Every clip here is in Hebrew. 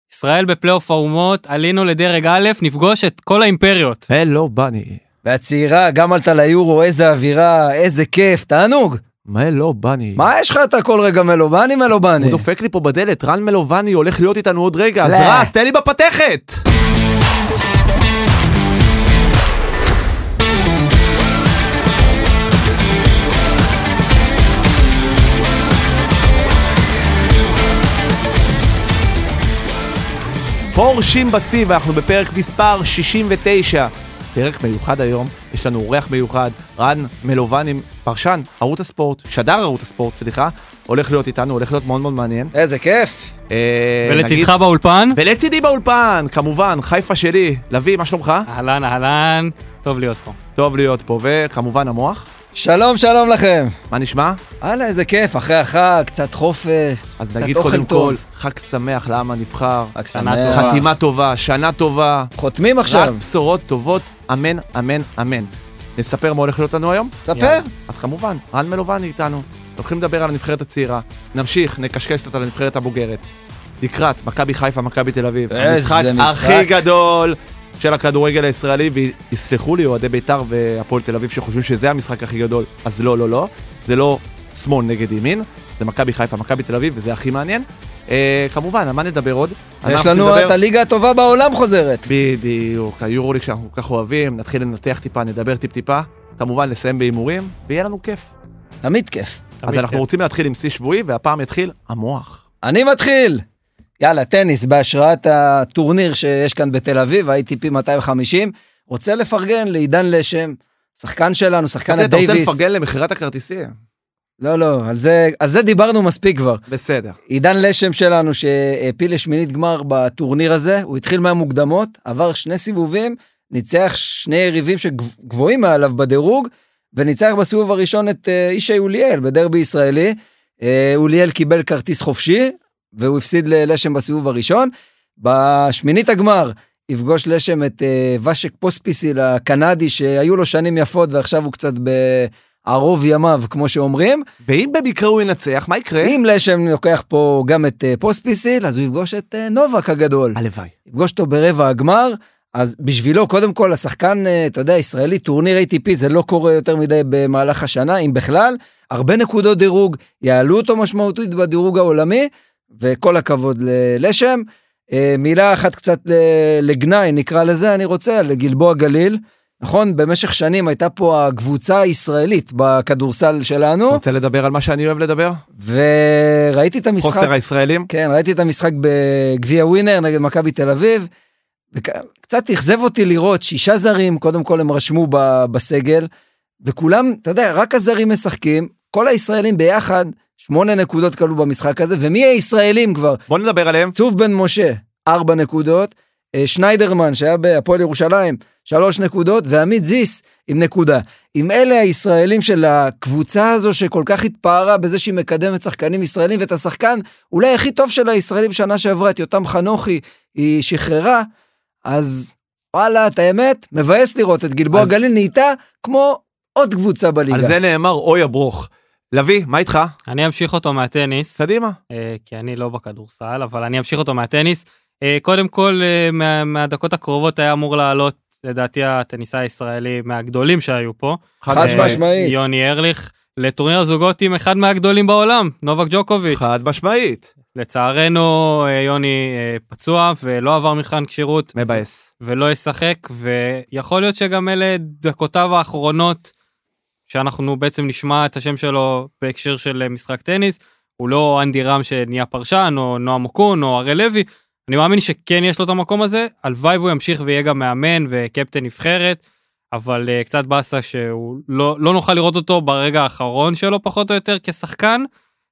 ישראל בפלייאוף האומות, עלינו לדרג א', נפגוש את כל האימפריות. הלו בני. והצעירה, גם עלתה ליורו, איזה אווירה, איזה כיף, תענוג. מלו בני. מה יש לך אתה כל רגע מלובני? הוא דופק לי פה בדלת, רן מלובני הולך להיות איתנו עוד רגע, אז רן, תן לי בפתחת. פורשים בשיא, ואנחנו בפרק מספר 69. פרק מיוחד היום, יש לנו אורח מיוחד, רן מלובני, פרשן ערוץ הספורט, שדר ערוץ הספורט, סליחה, הולך להיות איתנו, הולך להיות מאוד מאוד מעניין. איזה כיף. ולצדך באולפן? ולצדי באולפן, כמובן, חיפה שלי. לוי, מה שלומך? אהלן, אהלן, טוב להיות פה. טוב להיות פה, וכמובן המוח. שלום, שלום לכם. מה נשמע? הלאה, איזה כיף, אחרי החג, קצת חופש, אז קצת נגיד אוכל קודם טוב. כל, חג שמח לעם הנבחר. חג שנה שמח. טובה. חתימה טובה, שנה טובה. חותמים עכשיו. רק בשורות טובות, אמן, אמן, אמן. נספר מה הולך להיות לנו היום? ספר. אז כמובן, רן מלובני איתנו. הולכים לדבר על הנבחרת הצעירה. נמשיך, נקשקש אותה לנבחרת הבוגרת. לקראת, מכבי חיפה, מכבי תל אביב. איזה המשחק משחק. הכי גדול של הכדורגל הישראלי, ויסלחו לי אוהדי בית"ר והפועל תל אביב שחושבים שזה המשחק הכי גדול. אז לא, לא, לא. זה לא שמאל נגד ימין. זה מכבי חיפה, מכבי תל אביב, וזה הכי מעניין. כמובן, על מה נדבר עוד? יש לנו את הליגה הטובה בעולם חוזרת. בדיוק, היורוליג שאנחנו כל כך אוהבים, נתחיל לנתח טיפה, נדבר טיפה, כמובן לסיים בהימורים, ויהיה לנו כיף. תמיד כיף. אז אנחנו רוצים להתחיל עם שיא שבועי, והפעם יתחיל המוח. אני מתחיל. יאללה, טניס, בהשראת הטורניר שיש כאן בתל אביב, ה-ATP 250, רוצה לפרגן לעידן לשם, שחקן שלנו, שחקן הדייביס. אתה רוצה לפרגן למחירת הכרטיסים? לא, על זה דיברנו מספיק כבר. בסדר. עידן לשם שלנו שהפיל לשמינית גמר בטורניר הזה, הוא התחיל מהמוקדמות, עבר 2 סיבובים, ניצח 2 יריבים שגבוהים מעליו בדירוג, וניצח בסיבוב הראשון את אישי אוליאל בדרבי ישראלי. אוליאל קיבל כרטיס חופשי, והוא הפסיד ללשם בסיבוב הראשון. בשמינית הגמר יפגוש לשם את ושק פוספיסיל הקנדי, שהיו לו שנים יפות, ועכשיו הוא קצת בערוב ימיו, כמו שאומרים. ואם במקרה הוא ינצח, מה יקרה? אם לשם לוקח פה גם את פוספיסיל, אז הוא יפגוש את נובק הגדול. הלוואי. יפגוש אותו ברבע הגמר, אז בשבילו, קודם כל, השחקן, אתה יודע, ישראלי, טורניר ATP, זה לא קורה יותר מדי במהלך השנה, אם בכלל, הרבה נקודות דירוג, יעלו אותו משמעותית בדירוג העולמי, וכל הכבוד לשם. מילה אחת קצת לגנאי, נקרא לזה, אני רוצה, לגלבוע גליל. נכון, במשך שנים הייתה פה הקבוצה הישראלית בכדורסל שלנו. רוצה לדבר על מה שאני אוהב לדבר? וראיתי את המשחק. חוסר הישראלים? כן, ראיתי את המשחק בגביע ווינר נגד מכבי תל אביב. קצת אכזב אותי לראות 6 זרים, קודם כל הם רשמו בסגל, וכולם, אתה יודע, רק הזרים משחקים, כל הישראלים ביחד, 8 נקודות קלו במשחק הזה, ומי הישראלים כבר? בוא נדבר עליהם. צוף בן משה, 4 נקודות, שניידרמן שהיה בהפועל ירושלים, 3 נקודות, ועמית זיס עם נקודה. עם אלה הישראלים של הקבוצה הזו שכל כך התפארה בזה שהיא מקדמת שחקנים ישראלים, ואת השחקן אולי הכי טוב של הישראלים שנה שעברה, את יותם חנוכי, היא שחררה, אז וואלה, את האמת, מבאס לראות את גלבוע גליל נהייתה כמו עוד קבוצה בליגה. על זה נאמר אוי הברוך. לוי, מה איתך? אני אמשיך אותו מהטניס. קדימה. כי אני לא בכדורסל, אבל אני אמשיך אותו מהטניס. קודם כל, מהדקות הקרובות היה אמור לעלות, לדעתי הטניסאי הישראלי מהגדולים שהיו פה. חד משמעית. יוני ארליך, לטורניר הזוגות עם אחד מהגדולים בעולם, נובק ג'וקוביץ'. חד משמעית. לצערנו, יוני פצוע ולא עבר מבחן כשירות. מבאס. ולא ישחק, ויכול להיות שגם אלה דקותיו האחרונות, שאנחנו בעצם נשמע את השם שלו בהקשר של משחק טניס, הוא לא אנדי רם שנהיה פרשן, או נועה מוקון, או הרי לוי, אני מאמין שכן יש לו את המקום הזה, הלוואי והוא ימשיך ויהיה גם מאמן וקפטן נבחרת, אבל קצת באסה שהוא לא נוכל לראות אותו ברגע האחרון שלו פחות או יותר כשחקן,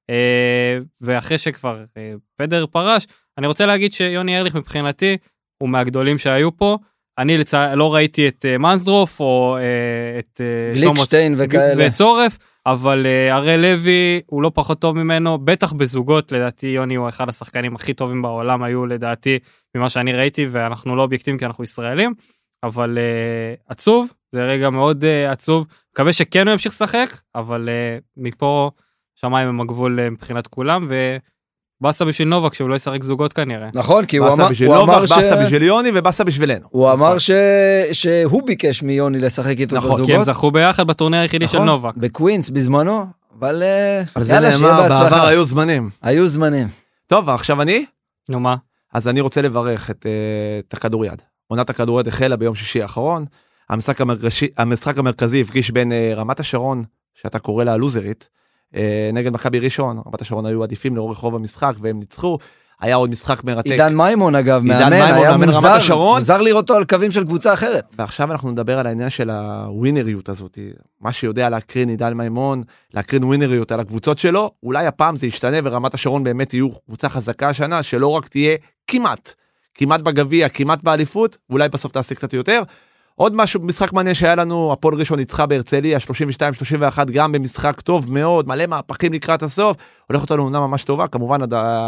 ואחרי שכבר פדר פרש, אני רוצה להגיד שיוני ארליך מבחינתי, הוא מהגדולים שהיו פה, אני לא ראיתי את מנסדרוף או את גליקשטיין וכאלה. ואת צורף, אבל הרי לוי הוא לא פחות טוב ממנו, בטח בזוגות, לדעתי יוני הוא אחד השחקנים הכי טובים בעולם, היו לדעתי ממה שאני ראיתי, ואנחנו לא אובייקטיביים כי אנחנו ישראלים, אבל עצוב, זה רגע מאוד עצוב, מקווה שכן הוא ימשיך לשחק, אבל מפה שמיים הם הגבול מבחינת כולם, באסה בשביל נובק שהוא לא ישחק זוגות כנראה. נכון, כי הוא באסה אמר, בשביל הוא נובק, אמר באסה בשביל יוני ובאסה בשבילנו. הוא אמר שהוא ביקש מיוני לשחק איתו נכון, בזוגות. כי הם זכו ביחד בטורניר היחידי של נובק. בקווינס בזמנו, אבל זה יאללה, שיהיה נאמר, בעבר בהצלחה. היו זמנים. היו זמנים. טוב, עכשיו אני? נו מה? אז אני רוצה לברך את הכדוריד. עונת הכדוריד החלה ביום שישי האחרון. המשחק המרכזי הפגיש בין רמת השרון, שאתה קורא לה לוזרית, נגד מכבי ראשון. רמת השרון היו עדיפים לאורך רוב המשחק, והם ניצחו. היה עוד משחק מרתק. עידן מימון אגב, מאמן, מימון, היה מאמן רמת השרון. מוזר לראות אותו על קווים של קבוצה אחרת. ועכשיו אנחנו נדבר על העניין של הווינריות הזאת. מה שיודע להקרין עידן מימון, להקרין ווינריות על הקבוצות שלו, אולי הפעם זה ישתנה ורמת השרון באמת יהיו קבוצה חזקה השנה, שלא רק תהיה כמעט בגביע, כמעט באליפות, אולי בסוף תעשה קצת יותר. עוד משהו, משחק מעניין שהיה לנו, הפועל ראשון ניצחה בהרצליה, 32-31, גם במשחק טוב מאוד, מלא מהפכים לקראת הסוף, הולך אותנו עונה ממש טובה, כמובן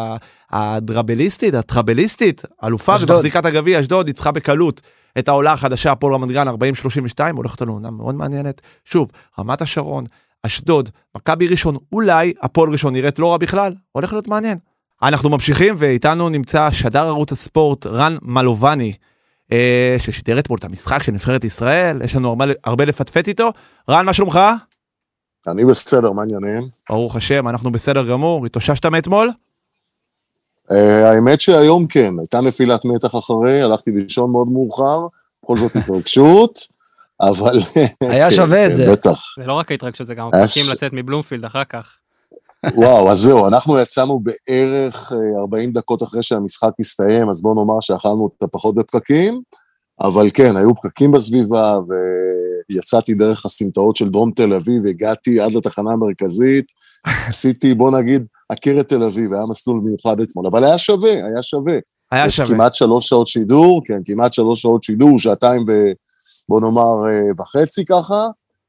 הטרבליסטית, אלופה ומחזיקת הגביע, אשדוד, ניצחה בקלות את העולה החדשה, הפועל רמת גן 40-32, הולך אותנו עונה מאוד מעניינת, שוב, רמת השרון, אשדוד, מכבי ראשון, אולי הפועל ראשון נראית לא רע בכלל, הולך להיות מעניין. אנחנו ממשיכים, ואיתנו נמצא שדר ערוץ הספורט, רן מלובני, ששידר אתמול את המשחק של נבחרת ישראל, יש לנו הרבה לפטפט איתו. רן, מה שלומך? אני בסדר, מה העניינים? ברוך השם, אנחנו בסדר גמור, התאוששת מאתמול? האמת שהיום כן, הייתה נפילת מתח אחרי, הלכתי לישון מאוד מאוחר, בכל זאת התרגשות, אבל... היה שווה את זה. בטח. זה לא רק ההתרגשות, זה גם הפרקים לצאת מבלומפילד אחר כך. וואו, אז זהו, אנחנו יצאנו בערך 40 דקות אחרי שהמשחק הסתיים, אז בואו נאמר שאכלנו את הפחות בפקקים, אבל כן, היו פקקים בסביבה, ויצאתי דרך הסמטאות של דרום תל אביב, הגעתי עד לתחנה המרכזית, עשיתי, בוא נגיד, עקרת תל אביב, היה מסלול מיוחד אתמול, אבל היה שווה, היה שווה. היה שווה. יש כמעט 3 שעות שידור, כן, כמעט 3 שעות שידור, 2 בוא נאמר וחצי ככה,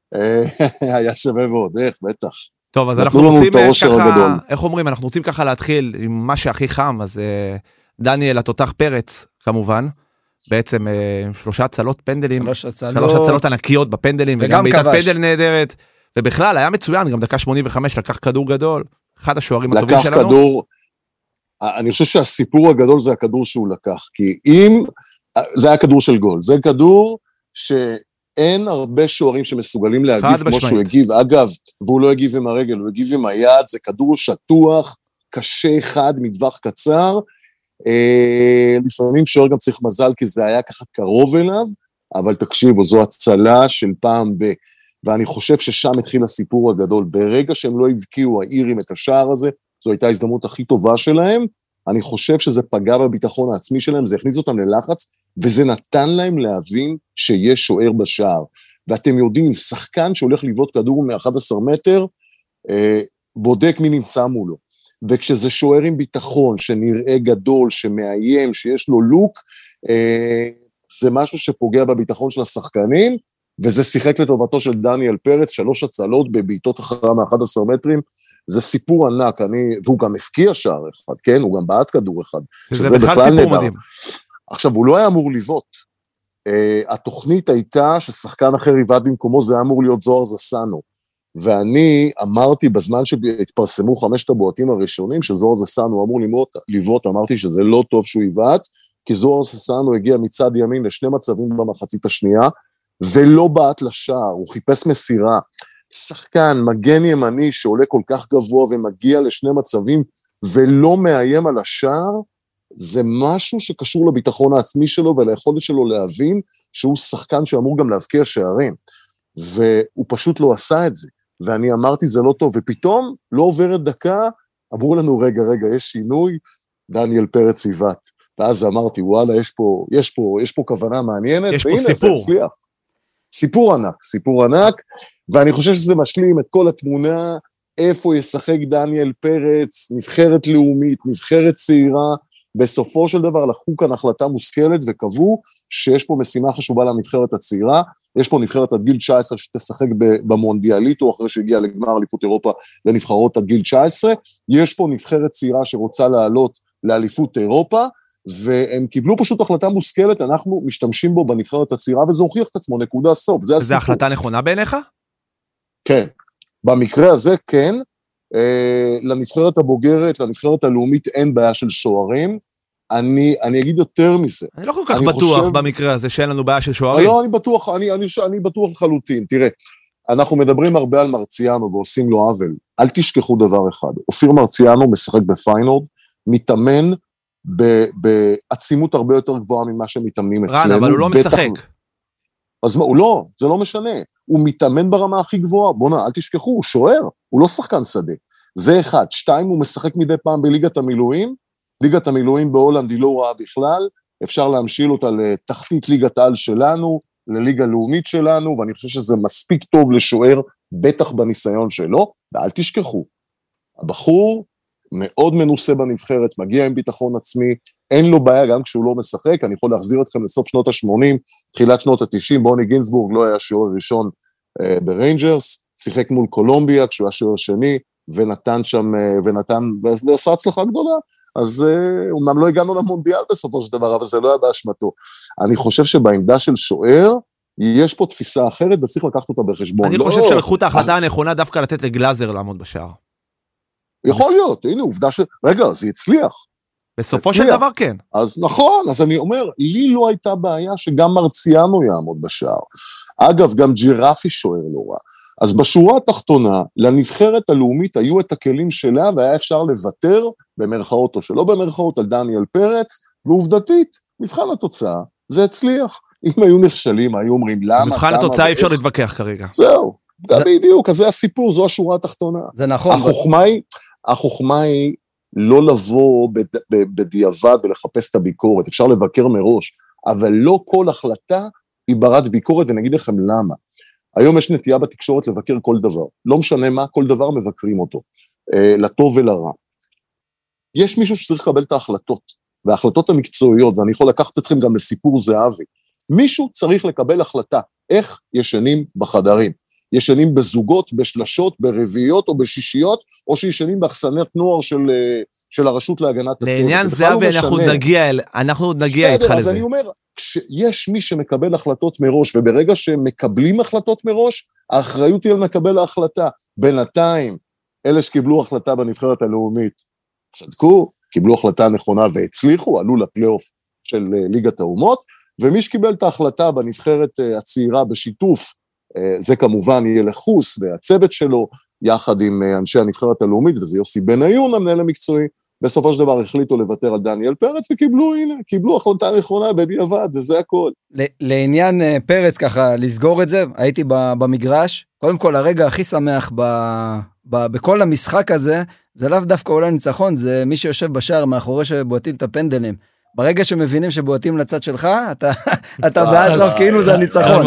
היה שווה ועוד, איך, בטח. טוב, אז אנחנו רוצים ככה, איך אומרים, אנחנו רוצים ככה להתחיל עם מה שהכי חם, אז דניאל התותח פרץ, כמובן, בעצם 3 הצלות פנדלים, 3 הצלות ענקיות בפנדלים, וגם בעיטת פנדל נהדרת, ובכלל היה מצוין, גם דקה 85 לקח כדור גדול, אחד השוערים הטובים שלנו. לקח כדור, אני חושב שהסיפור הגדול זה הכדור שהוא לקח, כי אם, זה היה כדור של גול, זה כדור אין הרבה שוערים שמסוגלים להגיב כמו שהוא הגיב, אגב, והוא לא הגיב עם הרגל, הוא הגיב עם היד, זה כדור שטוח, קשה אחד, מטווח קצר, לפעמים שוער גם צריך מזל, כי זה היה ככה קרוב אליו, אבל תקשיבו, זו הצלה של פעם ואני חושב ששם התחיל הסיפור הגדול, ברגע שהם לא הבקיעו האירים את השער הזה, זו הייתה ההזדמנות הכי טובה שלהם, אני חושב שזה פגע בביטחון העצמי שלהם, זה הכניס אותם ללחץ, וזה נתן להם להבין שיש שוער בשער. ואתם יודעים, שחקן שהולך לבעוט כדור מ-11 מטר, בודק מי נמצא מולו. וכשזה שוער עם ביטחון, שנראה גדול, שמאיים, שיש לו לוק, זה משהו שפוגע בביטחון של השחקנים, וזה שיחק לטובתו של דניאל פרץ, 3 הצלות בבעיטות אחרה מ-11 מטרים, זה סיפור ענק, והוא גם הפקיע שער אחד, כן? הוא גם בעט כדור אחד. שזה בכלל סיפור מדהים. עכשיו, הוא לא היה אמור לבעוט. התוכנית הייתה ששחקן אחר יבעט במקומו, זה היה אמור להיות זוהר זסנו. ואני אמרתי בזמן שהתפרסמו 5 הבועטים הראשונים, שזוהר זסנו אמור לבעוט, אמרתי שזה לא טוב שהוא יבעט, כי זוהר זסנו הגיע מצד ימין ל2 מצבים במחצית השנייה, ולא בעט לשער, הוא חיפש מסירה. שחקן, מגן ימני שעולה כל כך גבוה ומגיע ל2 מצבים ולא מאיים על השער, זה משהו שקשור לביטחון העצמי שלו וליכולת שלו להבין שהוא שחקן שאמור גם להבקיע שערים, והוא פשוט לא עשה את זה, ואני אמרתי זה לא טוב, ופתאום לא עוברת דקה, אמרו לנו רגע, יש שינוי, דניאל פרץ יבעט, ואז אמרתי וואלה יש פה כוונה מעניינת, יש פה והנה סיפור. זה הצליח. סיפור ענק, ואני חושב שזה משלים את כל התמונה, איפה ישחק דניאל פרץ, נבחרת לאומית, נבחרת צעירה, בסופו של דבר לקחו כאן החלטה מושכלת, וקבעו שיש פה משימה חשובה לנבחרת הצעירה, יש פה נבחרת עד גיל 19 שתשחק במונדיאליטו, אחרי שהגיעה לגמר אליפות אירופה לנבחרות עד גיל 19, יש פה נבחרת צעירה שרוצה לעלות לאליפות אירופה, והם קיבלו פשוט החלטה מושכלת, אנחנו משתמשים בו בנבחרת הצעירה, וזה הוכיח את עצמו, נקודה סוף, זה הסיפור. זה החלטה נכונה בעיניך? כן, במקרה הזה כן, לנבחרת הבוגרת, לנבחרת הלאומית אין בעיה של שוערים, אני אגיד יותר מזה. אני לא כל כך בטוח במקרה הזה שאין לנו בעיה של שוערים. לא, אני בטוח לחלוטין. תראה, אנחנו מדברים הרבה על מרציאנו ועושים לו עוול. אל תשכחו דבר אחד. אופיר מרציאנו משחק בפיינורד, מתאמן בעצימות הרבה יותר גבוהה ממה שמתאמנים אצלנו. רן, אבל הוא לא משחק. אז מה, הוא לא, זה לא משנה. הוא מתאמן ברמה הכי גבוהה. בוא'נה, אל תשכחו, הוא שוער, הוא לא שחקן שדה. זה אחד. 2, הוא משחק מדי פעם בליגת המילואים. ליגת המילואים בהולנד היא לא רעה בכלל, אפשר להמשיל אותה לתחתית ליגת העל שלנו, לליגה לאומית שלנו, ואני חושב שזה מספיק טוב לשוער, בטח בניסיון שלו, ואל תשכחו. הבחור מאוד מנוסה בנבחרת, מגיע עם ביטחון עצמי, אין לו בעיה גם כשהוא לא משחק, אני יכול להחזיר אתכם לסוף שנות ה-80, תחילת שנות ה-90, בוני גינסבורג לא היה שוער ראשון בריינג'רס, שיחק מול קולומביה כשהוא היה שוער שני, ונתן ועשה הצלחה גדולה, אז אומנם לא הגענו למונדיאל בסופו של דבר, אבל זה לא היה באשמתו. אני חושב שבעמדה של שוער, יש פה תפיסה אחרת, וצריך לקחת אותה בחשבון. אני חושב שלקחו את ההחלטה הנכונה דווקא לתת לגלאזר לעמוד בשער. יכול להיות, הנה עובדה רגע, זה הצליח. בסופו של דבר כן. אז נכון, אז אני אומר, לי לא הייתה בעיה שגם מרציאנו יעמוד בשער. אגב, גם ג'ירפי שוער לא רע. אז בשורה התחתונה, לנבחרת הלאומית היו את הכלים שלה, והיה אפשר לוותר, במרכאות או שלא במרכאות, על דניאל פרץ, ועובדתית, מבחן התוצאה, זה הצליח. אם היו נכשלים, היו אומרים למה, מבחן התוצאה אי אפשר להתווכח כרגע. זהו, בדיוק, אז זה הסיפור, זו השורה התחתונה. זה נכון. החוכמה היא לא לבוא בדיעבד ולחפש את הביקורת, אפשר לבקר מראש, אבל לא כל החלטה היא ברת ביקורת, ונגיד לכם למה. היום יש נטייה בתקשורת לבקר כל דבר, לא משנה מה, כל דבר מבקרים אותו, לטוב ולרע. יש מישהו שצריך לקבל את ההחלטות, וההחלטות המקצועיות, ואני יכול לקחת אתכם גם לסיפור זהבי, מישהו צריך לקבל החלטה, איך ישנים בחדרים, ישנים בזוגות, בשלשות, ברביעיות או בשישיות, או שישנים באכסנת נוער של הרשות להגנת הטבע. לעניין זהבי אנחנו נגיע איתך לזה. אז אני אומר, כשיש מי שמקבל החלטות מראש, וברגע שמקבלים החלטות מראש, האחריות היא על מקבל ההחלטה. בינתיים, אלה שקיבלו החלטה בנבחרת הלאומית, צדקו, קיבלו החלטה נכונה והצליחו, עלו לפלייאוף של ליגת האומות, ומי שקיבל את ההחלטה בנבחרת הצעירה בשיתוף, זה כמובן יהיה לחוס והצוות שלו, יחד עם אנשי הנבחרת הלאומית, וזה יוסי בניון, המנהל המקצועי, בסופו של דבר החליטו לוותר על דניאל פרץ, קיבלו החלטה נכונה בדיעבד, וזה הכל. לעניין פרץ ככה, לסגור את זה, הייתי במגרש, קודם כל הרגע הכי שמח בכל המשחק הזה, זה לאו דווקא אולי ניצחון, זה מי שיושב בשער מאחורי שבועטים את הפנדלים. ברגע שמבינים שבועטים לצד שלך, אתה בעד רב כאילו זה הניצחון.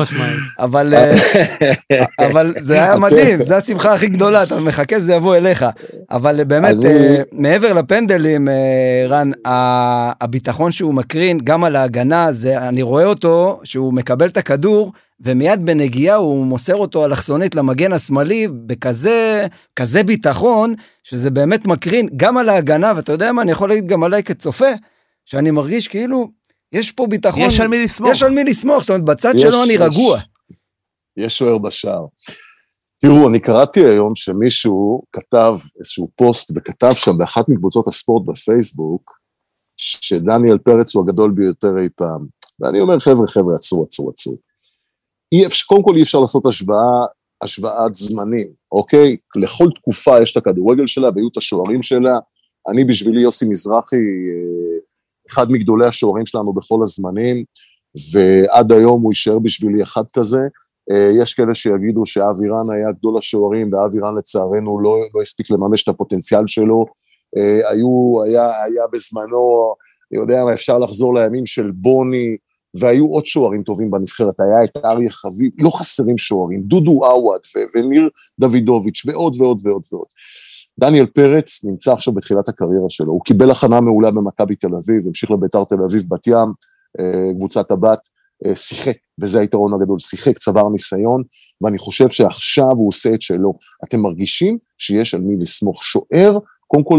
אבל זה היה מדהים, זה השמחה הכי גדולה, אתה מחכה שזה יבוא אליך. אבל באמת, מעבר לפנדלים, רן, הביטחון שהוא מקרין, גם על ההגנה, אני רואה אותו, שהוא מקבל את הכדור, ומיד בנגיעה הוא מוסר אותו אלכסונית למגן השמאלי, בכזה ביטחון, שזה באמת מקרין גם על ההגנה, ואתה יודע מה, אני יכול להגיד גם עליי כצופה, שאני מרגיש כאילו, יש פה ביטחון. יש על מי לסמוך. יש על מי לסמוך, זאת אומרת, בצד שלו אני רגוע. יש שוער בשער. תראו, אני קראתי היום שמישהו כתב איזשהו פוסט, וכתב שם באחת מקבוצות הספורט בפייסבוק, שדניאל פרץ הוא הגדול ביותר אי פעם. ואני אומר, חבר'ה, עצרו. קודם כל אי אפשר לעשות השוואת זמנים, אוקיי? לכל תקופה יש את הכדורגל שלה, והיו את השוערים שלה. אני בשבילי יוסי מזרחי, אחד מגדולי השוערים שלנו בכל הזמנים, ועד היום הוא יישאר בשבילי אחד כזה. יש כאלה שיגידו שאבי רן היה גדול השוערים, ואבי רן לצערנו לא הספיק לממש את הפוטנציאל שלו. היה בזמנו, אני יודע מה, אפשר לחזור לימים של בוני, והיו עוד שוערים טובים בנבחרת, היה את אריה חביב, לא חסרים שוערים, דודו עווד וניר דוידוביץ' ועוד ועוד ועוד ועוד. דניאל פרץ נמצא עכשיו בתחילת הקריירה שלו, הוא קיבל הכנה מעולה במכבי תל אביב, המשיך לביתר תל אביב בת ים, קבוצת הבת, שיחק, וזה היתרון הגדול, שיחק, צבר ניסיון, ואני חושב שעכשיו הוא עושה את שלו. אתם מרגישים שיש על מי לסמוך שוער, קודם כל,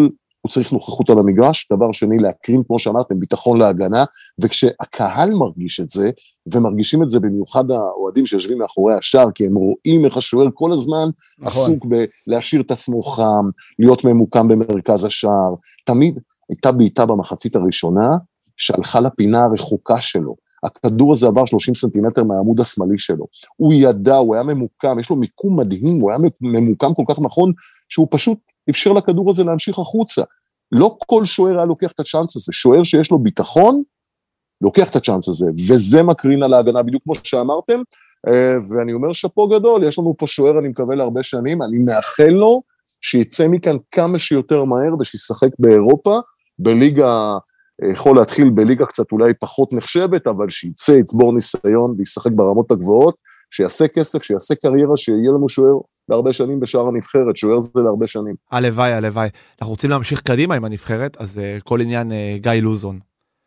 הוא צריך נוכחות על המגרש, דבר שני, להקרין, כמו שאמרתם, ביטחון להגנה, וכשהקהל מרגיש את זה, ומרגישים את זה במיוחד האוהדים שיושבים מאחורי השער, כי הם רואים איך השוער כל הזמן עסוק בלהשאיר את עצמו חם, להיות ממוקם במרכז השער, תמיד הייתה בעיטה במחצית הראשונה, שהלכה לפינה הרחוקה שלו, הכדור הזה עבר 30 סנטימטר מהעמוד השמאלי שלו, הוא ידע, הוא היה ממוקם, יש לו מיקום מדהים, הוא היה ממוקם כל כך נכון, שהוא פשוט אפשר לכדור הזה להמשיך החוצה. לא כל שוער היה לוקח את הצ'אנס הזה, שוער שיש לו ביטחון, לוקח את הצ'אנס הזה, וזה מקרין על ההגנה, בדיוק כמו שאמרתם, ואני אומר שפו גדול, יש לנו פה שוער, אני מקווה להרבה שנים, אני מאחל לו, שיצא מכאן כמה שיותר מהר, ושישחק באירופה, בליגה, יכול להתחיל בליגה קצת אולי פחות נחשבת, אבל שיצא, יצבור ניסיון, וישחק ברמות הגבוהות, שיעשה כסף, שיעשה קריירה, שיהיה לנו שוער להרבה שנים בשער הנבחרת, שוער זה להרבה שנים. הלוואי, הלוואי. אנחנו רוצים להמשיך קדימה עם הנבחרת, אז כל עניין גיא לוזון.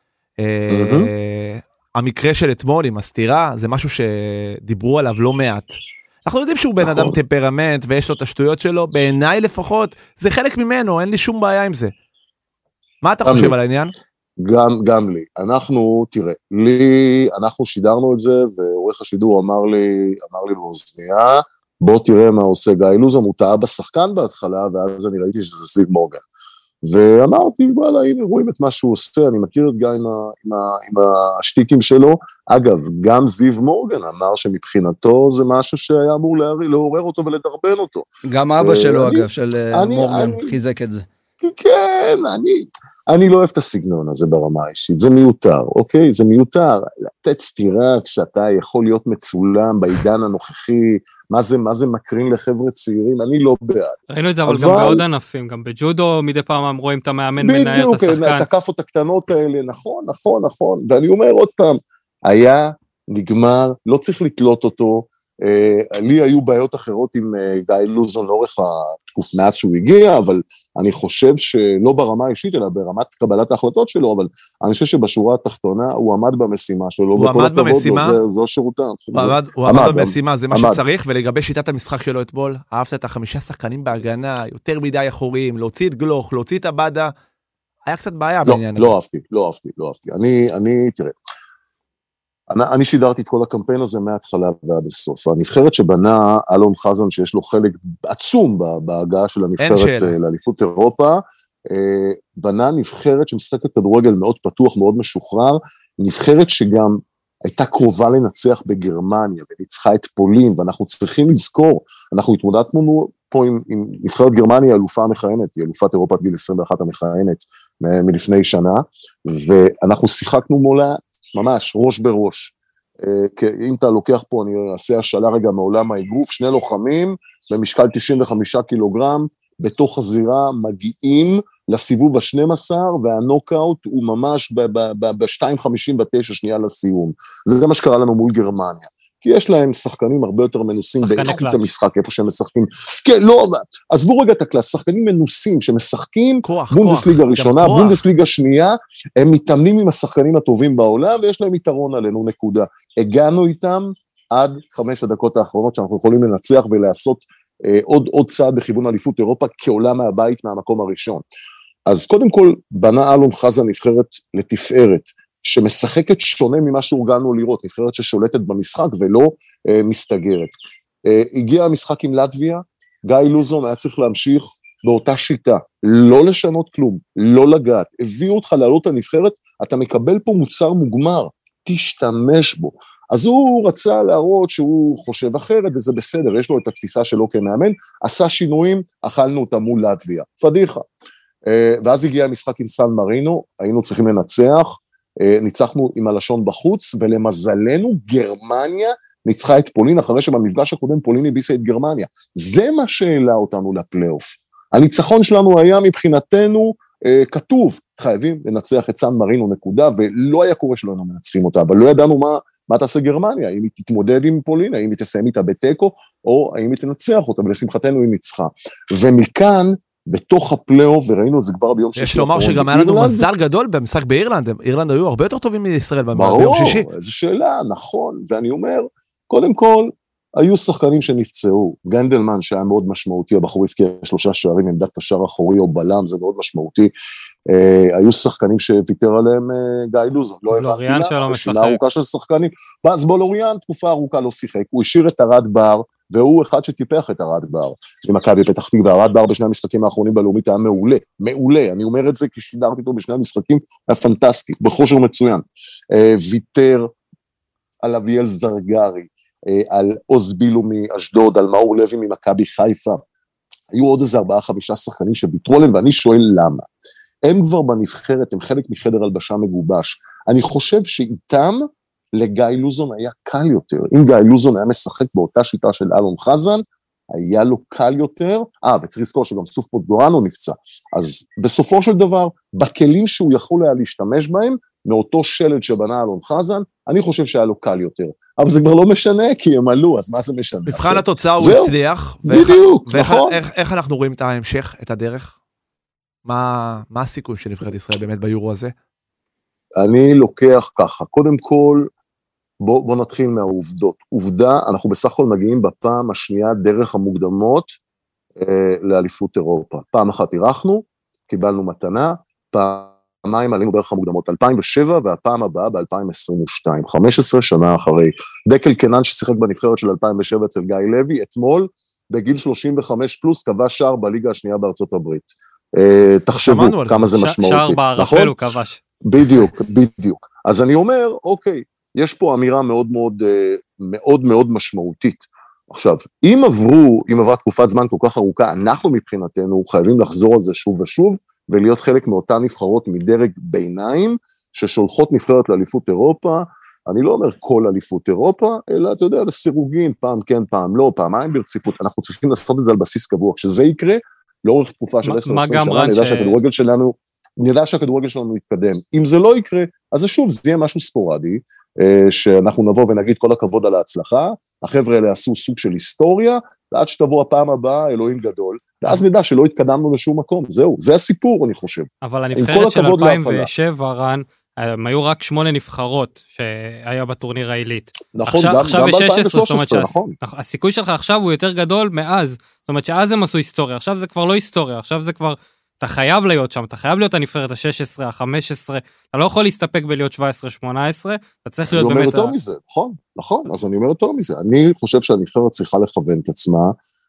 המקרה של אתמול עם הסתירה, זה משהו שדיברו עליו לא מעט. אנחנו יודעים שהוא בן אדם טמפרמנט, ויש לו את השטויות שלו, בעיניי לפחות, זה חלק ממנו, אין לי שום בעיה עם זה. מה אתה חושב על העניין? גם לי. תראה, אנחנו שידרנו את זה, ועורך השידור אמר לי באוזניה, בוא תראה מה עושה גיא לוזון, הוא טעה בשחקן בהתחלה, ואז אני ראיתי שזה זיו מורגן. ואמרתי, וואלה, הנה, רואים את מה שהוא עושה, אני מכיר את גיא עם השטיקים שלו. אגב, גם זיו מורגן אמר שמבחינתו זה משהו שהיה אמור לעורר אותו ולדרבן אותו. גם אבא שלו, אגב, של מורגן, חיזק את זה. כן, אני לא אוהב את הסגנון הזה ברמה האישית, זה מיותר, אוקיי? זה מיותר, לתת סתירה כשאתה יכול להיות מצולם בעידן הנוכחי, מה זה מקרין לחבר'ה צעירים, אני לא בעד. ראינו את זה אבל גם בעוד ענפים, גם בג'ודו מדי פעם רואים את המאמן מנהל את השחקן. את הכפות הקטנות האלה, נכון, ואני אומר עוד פעם, היה נגמר, לא צריך לתלות אותו, לי היו בעיות אחרות עם גיא לוזון לאורך התקוף מאז שהוא הגיע, אבל אני חושב שלא ברמה האישית, אלא ברמת קבלת ההחלטות שלו, אבל אני חושב שבשורה התחתונה הוא עמד במשימה שלו, הוא עמד במשימה? זו שירותה. הוא עמד במשימה, זה מה שצריך, ולגבי שיטת המשחק שלו אתמול, אהבת את 5 שחקנים בהגנה, יותר מדי אחוריים, להוציא את גלוך, להוציא את הבאדה, היה קצת בעיה בעניין הזה. לא אהבתי. תראה, אני שידרתי את כל הקמפיין הזה מההתחלה ועד הסוף. הנבחרת שבנה אלון חזן, שיש לו חלק עצום בהגעה של הנבחרת לאליפות אירופה, בנה נבחרת שמשחקת כדורגל מאוד פתוח, מאוד משוחרר, נבחרת שגם הייתה קרובה לנצח בגרמניה, וניצחה את פולין, ואנחנו צריכים לזכור, אנחנו התמודדנו פה עם נבחרת גרמניה, אלופה המכהנת, היא אלופת אירופה גיל 21 המכהנת מלפני שנה, ואנחנו שיחקנו מולה, ממש, ראש בראש. אם אתה לוקח פה, אני אעשה השאלה רגע מעולם האגרוף, 2 לוחמים במשקל 95 קילוגרם, בתוך הזירה מגיעים לסיבוב ה-12, והנוקאוט הוא ממש ב-2.59 שנייה לסיום. זה מה שקרה לנו מול גרמניה. כי יש להם שחקנים הרבה יותר מנוסים באיכות המשחק, איפה שהם משחקים. כן, לא, עזבו רגע את הקלאס, שחקנים מנוסים שמשחקים, בונדסליגה ראשונה, בונדסליגה שנייה, הם מתאמנים עם השחקנים הטובים בעולם, ויש להם יתרון עלינו, נקודה. הגענו איתם עד 5 הדקות האחרונות, שאנחנו יכולים לנצח ולעשות עוד צעד בכיוון אליפות אירופה, כעולה מהבית מהמקום הראשון. אז קודם כל, בנה אלון חזן נבחרת לתפארת, שמשחקת שונה ממה שהורגלנו לראות, נבחרת ששולטת במשחק ולא מסתגרת. הגיע המשחק עם לטביה, גיא לוזון היה צריך להמשיך באותה שיטה, לא לשנות כלום, לא לגעת, הביאו אותך לעלות הנבחרת, אתה מקבל פה מוצר מוגמר, תשתמש בו. אז הוא רצה להראות שהוא חושב אחרת, וזה בסדר, יש לו את התפיסה שלו כמאמן, עשה שינויים, אכלנו אותם מול לטביה, פדיחה. ואז הגיע המשחק עם סן מרינו, היינו צריכים לנצח, ניצחנו עם הלשון בחוץ, ולמזלנו גרמניה ניצחה את פולין, אחרי שבמפגש הקודם פולין הביסה את גרמניה. זה מה שהעלה אותנו לפלייאוף. הניצחון שלנו היה מבחינתנו כתוב, חייבים לנצח את סן מרינו נקודה, ולא היה קורה שלא היינו מנצחים אותה, אבל לא ידענו מה תעשה גרמניה, האם היא תתמודד עם פולין, האם היא תסיים איתה בטקו, או האם היא תנצח אותה, ולשמחתנו היא ניצחה. ומכאן, בתוך הפלייאוף, וראינו את זה כבר ביום שישי. יש לומר שגם היה לנו מזל גדול במשחק באירלנד, אירלנד היו הרבה יותר טובים מישראל ביום שישי. ברור, איזו שאלה, נכון, ואני אומר, קודם כל, היו שחקנים שנפצעו, גנדלמן שהיה מאוד משמעותי, הבחור הבקיע 3 שערים, עמדת קשר אחורי או בלם, זה מאוד משמעותי, היו שחקנים שוויתר עליהם גיא לוזון, לא הבנתי לה, רשימה ארוכה של שחקנים, אז בולוריאן תקופה ארוכה לא שיחק, הוא השאיר את ארד בר, והוא אחד שטיפח את ארד בר, עם מכבי פתח תקווה, ארד בר בשני המשחקים האחרונים בלאומית היה מעולה, מעולה, אני אומר את זה כי שידרתי אותו בשני המשחקים, היה פנטסטי, בכושר מצוין, ויתר על אביאל זרגרי, על עוז בילו מאשדוד, על מאור לוי ממכבי חיפה, היו עוד איזה 4-5 שחקנים שוויתרו עליהם, ואני שואל למה. הם כבר בנבחרת, הם חלק מחדר הלבשה מגובש, אני חושב שאיתם לגיא לוזון היה קל יותר, אם גיא לוזון היה משחק באותה שיטה של אלון חזן, היה לו קל יותר, וצריך לזכור שגם סוף פוטגורנו נפצע, אז בסופו של דבר, בכלים שהוא יכול היה להשתמש בהם, מאותו שלד שבנה אלון חזן, אני חושב שהיה לו קל יותר, אבל זה כבר לא משנה, כי הם עלו, אז מה זה משנה? מבחן התוצאה הוא הצליח, בדיוק, נכון. איך אנחנו רואים את ההמשך, את הדרך? מה הסיכוי של נבחרת ישראל באמת ביורו הזה? אני לוקח ככה, קודם כל, בוא נתחיל מהעובדות. עובדה, אנחנו בסך הכל מגיעים בפעם השנייה דרך המוקדמות לאליפות אירופה. פעם אחת אירחנו, קיבלנו מתנה, פעמיים עלינו דרך המוקדמות, 2007 והפעם הבאה ב-2022, 15 שנה אחרי. דקל קנן ששיחק בנבחרת של 2007 אצל גיא לוי, אתמול בגיל 35 פלוס כבש שער בליגה השנייה בארצות הברית. תחשבו כמה זה משמעותי. שער בערפל הוא כבש. בדיוק. אז אני אומר, אוקיי, יש פה אמירה מאוד מאוד, מאוד מאוד משמעותית. עכשיו, אם עברה תקופת זמן כל כך ארוכה, אנחנו מבחינתנו חייבים לחזור על זה שוב ושוב, ולהיות חלק מאותן נבחרות מדרג ביניים, ששולחות נבחרת לאליפות אירופה, אני לא אומר כל אליפות אירופה, אלא אתה יודע, לסירוגין, פעם כן, פעם לא, פעמיים ברציפות, אנחנו צריכים לעשות את זה על בסיס קבוע, כשזה יקרה, לאורך תקופה של 10-20 שנה, נדע שהכדורגל שלנו יתקדם. אם זה לא יקרה, אז זה שוב, זה יהיה משהו ספורדי, שאנחנו נבוא ונגיד כל הכבוד על ההצלחה, החבר'ה האלה עשו סוג של היסטוריה, ועד שתבוא הפעם הבאה, אלוהים גדול, ואז נדע שלא התקדמנו לשום מקום, זהו, זה הסיפור, אני חושב. אבל הנבחרת של 2007, רן, הם היו רק 8 נבחרות שהיה בטורניר העילית. נכון, גם ב-2013, נכון. הסיכוי שלך עכשיו הוא יותר גדול מאז, זאת אומרת שאז הם עשו היסטוריה, עכשיו זה כבר לא היסטוריה, עכשיו זה כבר, אתה חייב להיות שם, אתה חייב להיות הנבחרת ה-16, ה-15, אתה לא יכול להסתפק בלהיות 17-18, אתה צריך להיות באמת... אני אומר יותר מזה, נכון, אז אני אומר יותר מזה, אני חושב שהנבחרת צריכה לכוון את עצמה,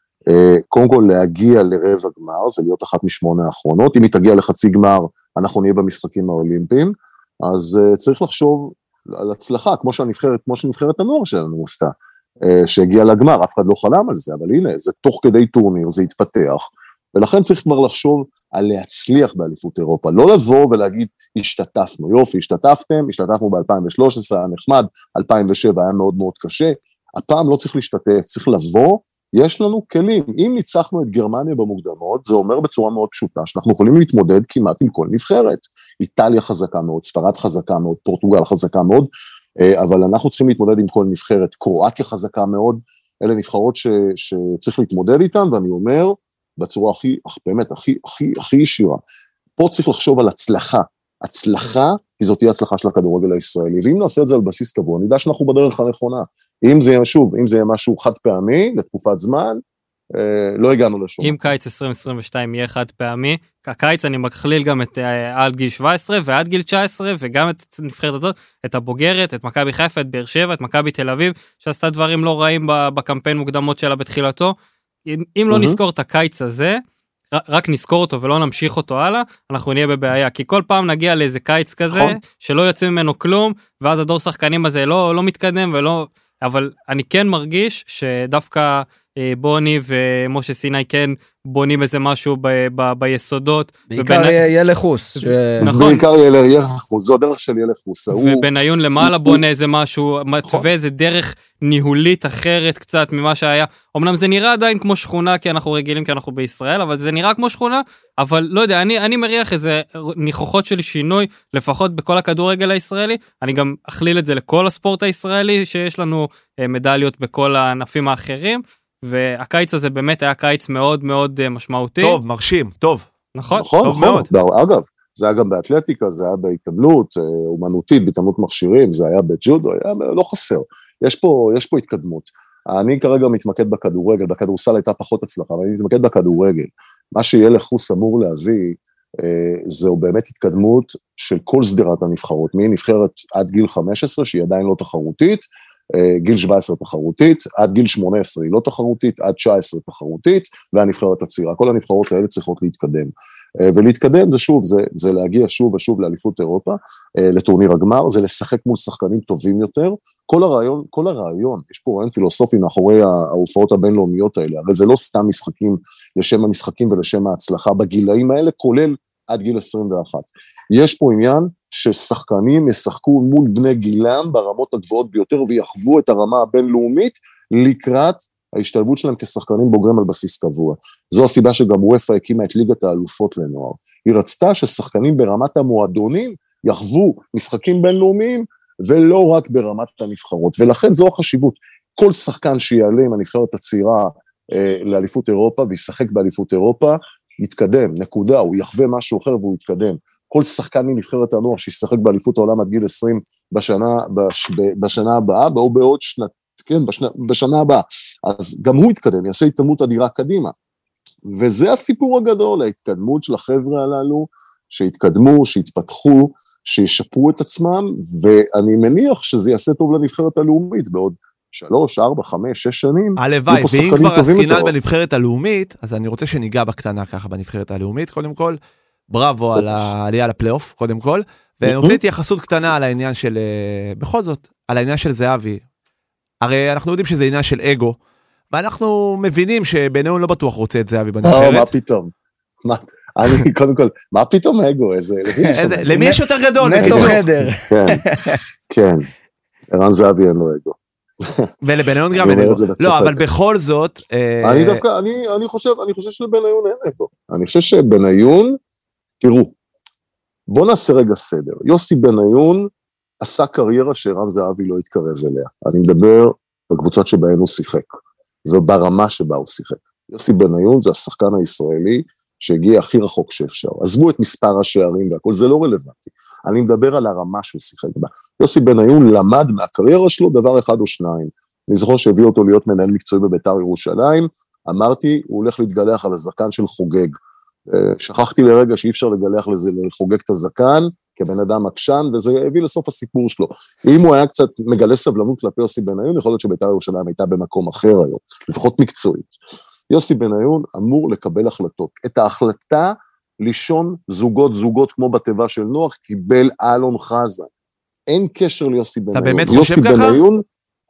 קודם כל להגיע לרבע גמר, זה להיות אחת מ8 האחרונות, אם היא תגיע לחצי גמר, אנחנו נהיה במשחקים האולימפיים, אז צריך לחשוב על הצלחה, כמו שנבחרת הנוער שלנו עשתה, שהגיעה לגמר, אף אחד לא חלם על זה, אבל הנה, זה תוך כדי טורניר, זה התפתח, ולכן צריך כבר לחשוב על להצליח באליפות אירופה, לא לבוא ולהגיד, השתתפנו, יופי, השתתפנו ב-2013, היה נחמד, 2007 היה מאוד מאוד קשה, הפעם לא צריך להשתתף, צריך לבוא, יש לנו כלים, אם ניצחנו את גרמניה במוקדמות, זה אומר בצורה מאוד פשוטה, שאנחנו יכולים להתמודד כמעט עם כל נבחרת, איטליה חזקה מאוד, ספרד חזקה מאוד, פורטוגל חזקה מאוד, אבל אנחנו צריכים להתמודד עם כל נבחרת, קרואטיה חזקה מאוד, אלה נבחרות שצריך להתמודד איתן, ואני אומר, בצורה הכי ישירה, פה צריך לחשוב על הצלחה, כי זאת תהיה הצלחה של הכדורגל הישראלי, ואם נעשה את זה על בסיס קבוע, נדע שאנחנו בדרך הנכונה, אם זה יהיה משהו חד פעמי, לתקופת זמן, לא הגענו לשום. אם קיץ 2022 יהיה חד פעמי, הקיץ אני מכליל גם את עד גיל 17 ועד גיל 19, וגם את הנבחרת הזאת, את הבוגרת, את מכבי חיפה, את באר שבע, את מכבי תל אביב, שעשתה דברים לא רעים בקמפיין מוקדמות שלה בתחילתו. אם לא נזכור את הקיץ הזה, רק נזכור אותו ולא נמשיך אותו הלאה, אנחנו נהיה בבעיה, כי כל פעם נגיע לאיזה קיץ כזה, שלא יוצא ממנו כלום, ואז הדור שחקנים הזה לא מתקדם ולא... אבל אני כן מרגיש שדווקא בוני ומשה סיני כן בונים איזה משהו ביסודות. בעיקר ילך חוס. נכון. בעיקר ילך חוס, זו דרך של ילך חוס. ובניון למעלה בונה איזה משהו, מתווה איזה דרך ניהולית אחרת קצת ממה שהיה. אמנם זה נראה עדיין כמו שכונה, כי אנחנו רגילים, כי אנחנו בישראל, אבל זה נראה כמו שכונה, אבל לא יודע, אני מריח איזה ניחוחות של שינוי, לפחות בכל הכדורגל הישראלי, אני גם אכליל את זה לכל הספורט הישראלי, שיש לנו מדליות בכל הענפים האחרים, והקיץ הזה באמת היה קיץ מאוד מאוד משמעותי. טוב, מרשים, טוב. נכון, אגב, זה היה גם באתלטיקה, זה היה בהתעמלות אומנותית, בהתעמלות מכשירים, זה היה בג'ודו, היה לא חסר. יש פה התקדמות. אני כרגע מתמקד בכדורגל, בכדורסל הייתה פחות הצלחה, אבל אני מתמקד בכדורגל. מה שיהיה לחוס אמור להביא, זהו באמת התקדמות של כל סדרת הנבחרות, נבחרת עד גיל 15, שהיא עדיין לא תחרותית, גיל 17 תחרותית, עד גיל 18 היא לא תחרותית, עד 19 תחרותית, והנבחרת הצעירה. כל הנבחרות האלה צריכות להתקדם. ולהתקדם זה שוב, זה להגיע שוב ושוב לאליפות אירופה, לטורניר הגמר, זה לשחק מול שחקנים טובים יותר. כל הרעיון, יש פה רעיון פילוסופי מאחורי ההופעות הבינלאומיות האלה, הרי זה לא סתם משחקים לשם המשחקים ולשם ההצלחה בגילאים האלה, כולל עד גיל 21. יש פה עניין ששחקנים ישחקו מול בני גילם ברמות הגבוהות ביותר, ויחוו את הרמה הבינלאומית לקראת ההשתלבות שלהם כשחקנים בוגרים על בסיס קבוע. זו הסיבה שגם וופא הקימה את ליגת האלופות לנוער. היא רצתה ששחקנים ברמת המועדונים יחוו משחקים בינלאומיים, ולא רק ברמת הנבחרות. ולכן זו החשיבות. כל שחקן שיעלה עם הנבחרת הצעירה לאליפות אירופה, וישחק באליפות אירופה, יתקדם, נקודה, הוא יחווה משהו אחר והוא יתקדם. כל שחקן מנבחרת הנוער שישחק באליפות העולם עד גיל 20 בשנה הבאה, או בעוד שנת, כן, בשנה הבאה, אז גם הוא יתקדם, יעשה התקדמות אדירה קדימה. וזה הסיפור הגדול, ההתקדמות של החבר'ה הללו, שהתקדמו, שהתפתחו, שישפרו את עצמם, ואני מניח שזה יעשה טוב לנבחרת הלאומית בעוד 3, 4, 5, 6 שנים. הלוואי, ואם כבר עסקינן בנבחרת הלאומית, אז אני רוצה שניגע בקטנה ככה בנבחרת הלאומית, קודם כל, בראבו על העלייה לפלייאוף, קודם כל, ואני רוצה התייחסות קטנה על העניין של, בכל זאת, על העניין של זהבי. הרי אנחנו יודעים שזה עניין של אגו, ואנחנו מבינים שבניון לא בטוח רוצה את זהבי בנבחרת. מה פתאום? אני קודם כל, מה פתאום אגו? למי יש יותר גדול? נטו חדר. כן, ערן זהבי אין לו אגו. ולבניון גם אין אגו. לא, אבל בכל זאת... אני דווקא, אני חושב שלבניון אין אגו. אני חושב שבניון, תראו, בוא נעשה רגע סדר. יוסי בניון עשה קריירה שערן זהבי לא התקרב אליה. אני מדבר בקבוצות שבהן הוא שיחק. זו ברמה שבה הוא שיחק. יוסי בניון זה השחקן הישראלי שהגיע הכי רחוק שאפשר. עזבו את מספר השערים והכל, זה לא רלוונטי. אני מדבר על הרמה שהוא שיחק בה. יוסי בניון למד מהקריירה שלו דבר אחד או שניים. אני זוכר שהביא אותו להיות מנהל מקצועי בביתר ירושלים, אמרתי, הוא הולך להתגלח על הזקן של חוגג. שכחתי לרגע שאי אפשר לגלח לזה, לחוגג את הזקן, כבן אדם עקשן, וזה הביא לסוף הסיפור שלו. אם הוא היה קצת מגלה סבלנות כלפי יוסי בניון, יכול להיות שביתר ירושלים הייתה במקום אחר היום, לפחות מקצועית. יוסי בניון אמור לקבל החלטות. את ההחלטה לישון זוגות כמו בטבע של נוח, קיבל אלון חזן. אין קשר ליוסי בניון. אתה באמת חושב ככה? בניון,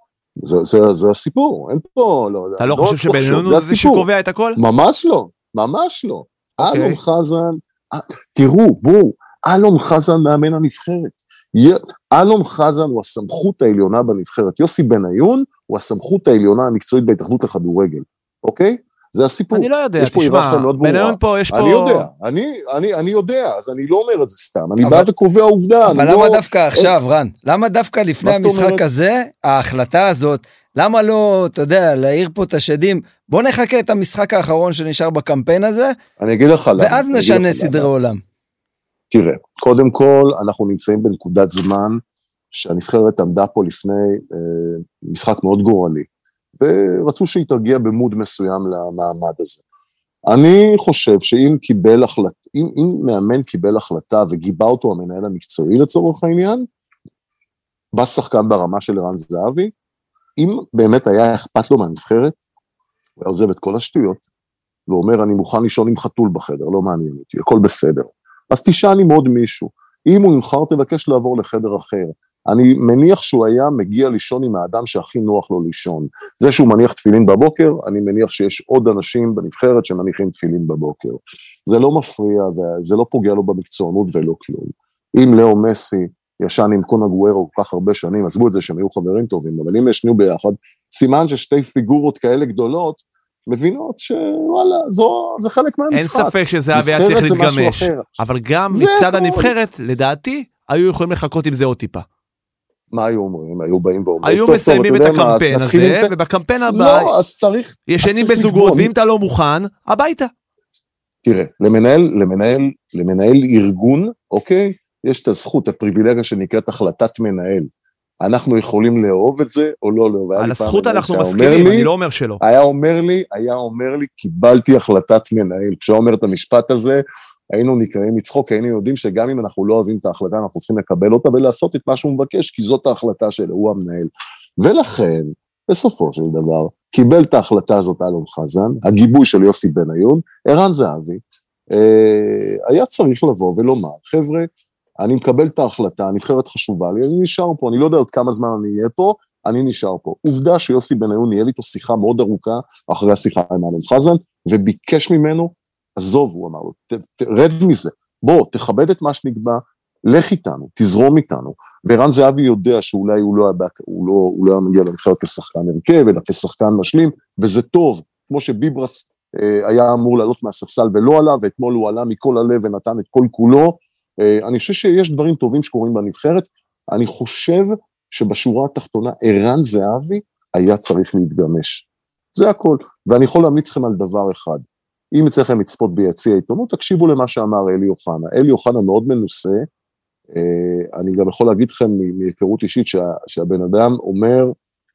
זה הסיפור, אין פה, לא, אתה לא חושב שבניון הוא זה שקובע את הכל? ממש לא, ממש לא. אלון חזן, תראו, בואו, אלון חזן מאמן הנבחרת. אלון חזן הוא הסמכות העליונה בנבחרת. יוסי בניון הוא הסמכות העליונה המקצועית בהתאחדות לכדורגל. אוקיי? זה הסיפור. אני לא יודע, תשמע, בניון פה, יש פה... אני יודע, אז אני לא אומר את זה סתם. אני בא וקובע עובדה. אבל למה דווקא עכשיו, רן? למה דווקא לפני המשחק הזה, ההחלטה הזאת, למה לא, אתה יודע, להעיר פה את השדים, בוא נחכה את המשחק האחרון שנשאר בקמפיין הזה, אני אגיד לך למה. ואז נשנה סדרי עולם. תראה, קודם כל, אנחנו נמצאים בנקודת זמן, שהנבחרת עמדה פה לפני משחק מאוד גורלי, ורצו שהיא תרגיע במוד מסוים למעמד הזה. אני חושב שאם קיבל החלטה, אם מאמן קיבל החלטה, וגיבה אותו המנהל המקצועי לצורך העניין, בא שחקן ברמה של ערן זהבי, אם באמת היה אכפת לו מהנבחרת, הוא היה עוזב את כל השטויות, ואומר, אני מוכן לישון עם חתול בחדר, לא מעניין אותי, הכל בסדר. אז תשאל עם עוד מישהו. אם הוא ימחר, תבקש לעבור לחדר אחר. אני מניח שהוא היה מגיע לישון עם האדם שהכי נוח לו לישון. זה שהוא מניח תפילין בבוקר, אני מניח שיש עוד אנשים בנבחרת שמניחים תפילין בבוקר. זה לא מפריע, זה לא פוגע לו במקצוענות ולא כלום. אם לאו מסי ישן עם קון אגוארו כל כך הרבה שנים, עזבו את זה שהם היו חברים טובים, אבל אם ישנו ביחד, סימן ששתי פיגורות כאלה גדולות, מבינות שוואלה, זה חלק מהמשחק. אין ספק שזה היה צריך להתגמש, אבל גם מצד הנבחרת, לדעתי, היו יכולים לחכות עם זה עוד טיפה. מה היו אומרים? היו באים ואומרים. היו מסיימים את הקמפיין הזה, ובקמפיין הבא, לא, אז צריך... ישנים בזוגות, ואם אתה לא מוכן, הביתה. תראה, למנהל ארגון, אוקיי? יש את הזכות, הפריבילגיה שנקראת החלטת מנהל. אנחנו יכולים לאהוב את זה או לא לאהוב. על הזכות אנחנו מסכימים, אני לא אומר שלא. היה אומר לי, קיבלתי החלטת מנהל. כשהוא אומר את המשפט הזה, היינו נקראים מצחוק, היינו יודעים שגם אם אנחנו לא אוהבים את ההחלטה, אנחנו צריכים לקבל אותה ולעשות את מה שהוא מבקש, כי זאת ההחלטה שלו, הוא המנהל. ולכן, בסופו של דבר, קיבל את ההחלטה הזאת אלון חזן, הגיבוי של יוסי בניון, ערן זהבי, היה צריך לבוא ולומר, חבר'ה, אני מקבל את ההחלטה, הנבחרת חשובה לי, אני נשאר פה, אני לא יודע עוד כמה זמן אני אהיה פה, אני נשאר פה. עובדה שיוסי בניון ניהל איתו שיחה מאוד ארוכה, אחרי השיחה עם אלון חזן, וביקש ממנו, עזוב, הוא אמר לו, תרד מזה, בוא, תכבד את מה שנקבע, לך איתנו, תזרום איתנו, וערן זהבי יודע שאולי הוא לא היה מגיע לנבחרת כשחקן הרכב, אלא כשחקן משלים, וזה טוב, כמו שביברס היה אמור לעלות מהספסל ולא עלה, ואתמול הוא עלה מכל הלב ונתן את כל כולו. אני חושב שיש דברים טובים שקורים בנבחרת, אני חושב שבשורה התחתונה ערן זהבי היה צריך להתגמש, זה הכל, ואני יכול להמליץ לכם על דבר אחד, אם אצלכם לצפות ביציע העיתונות, תקשיבו למה שאמר אלי אוחנה. אלי אוחנה מאוד מנוסה, אני גם יכול להגיד לכם מהיכרות אישית שהבן אדם אומר,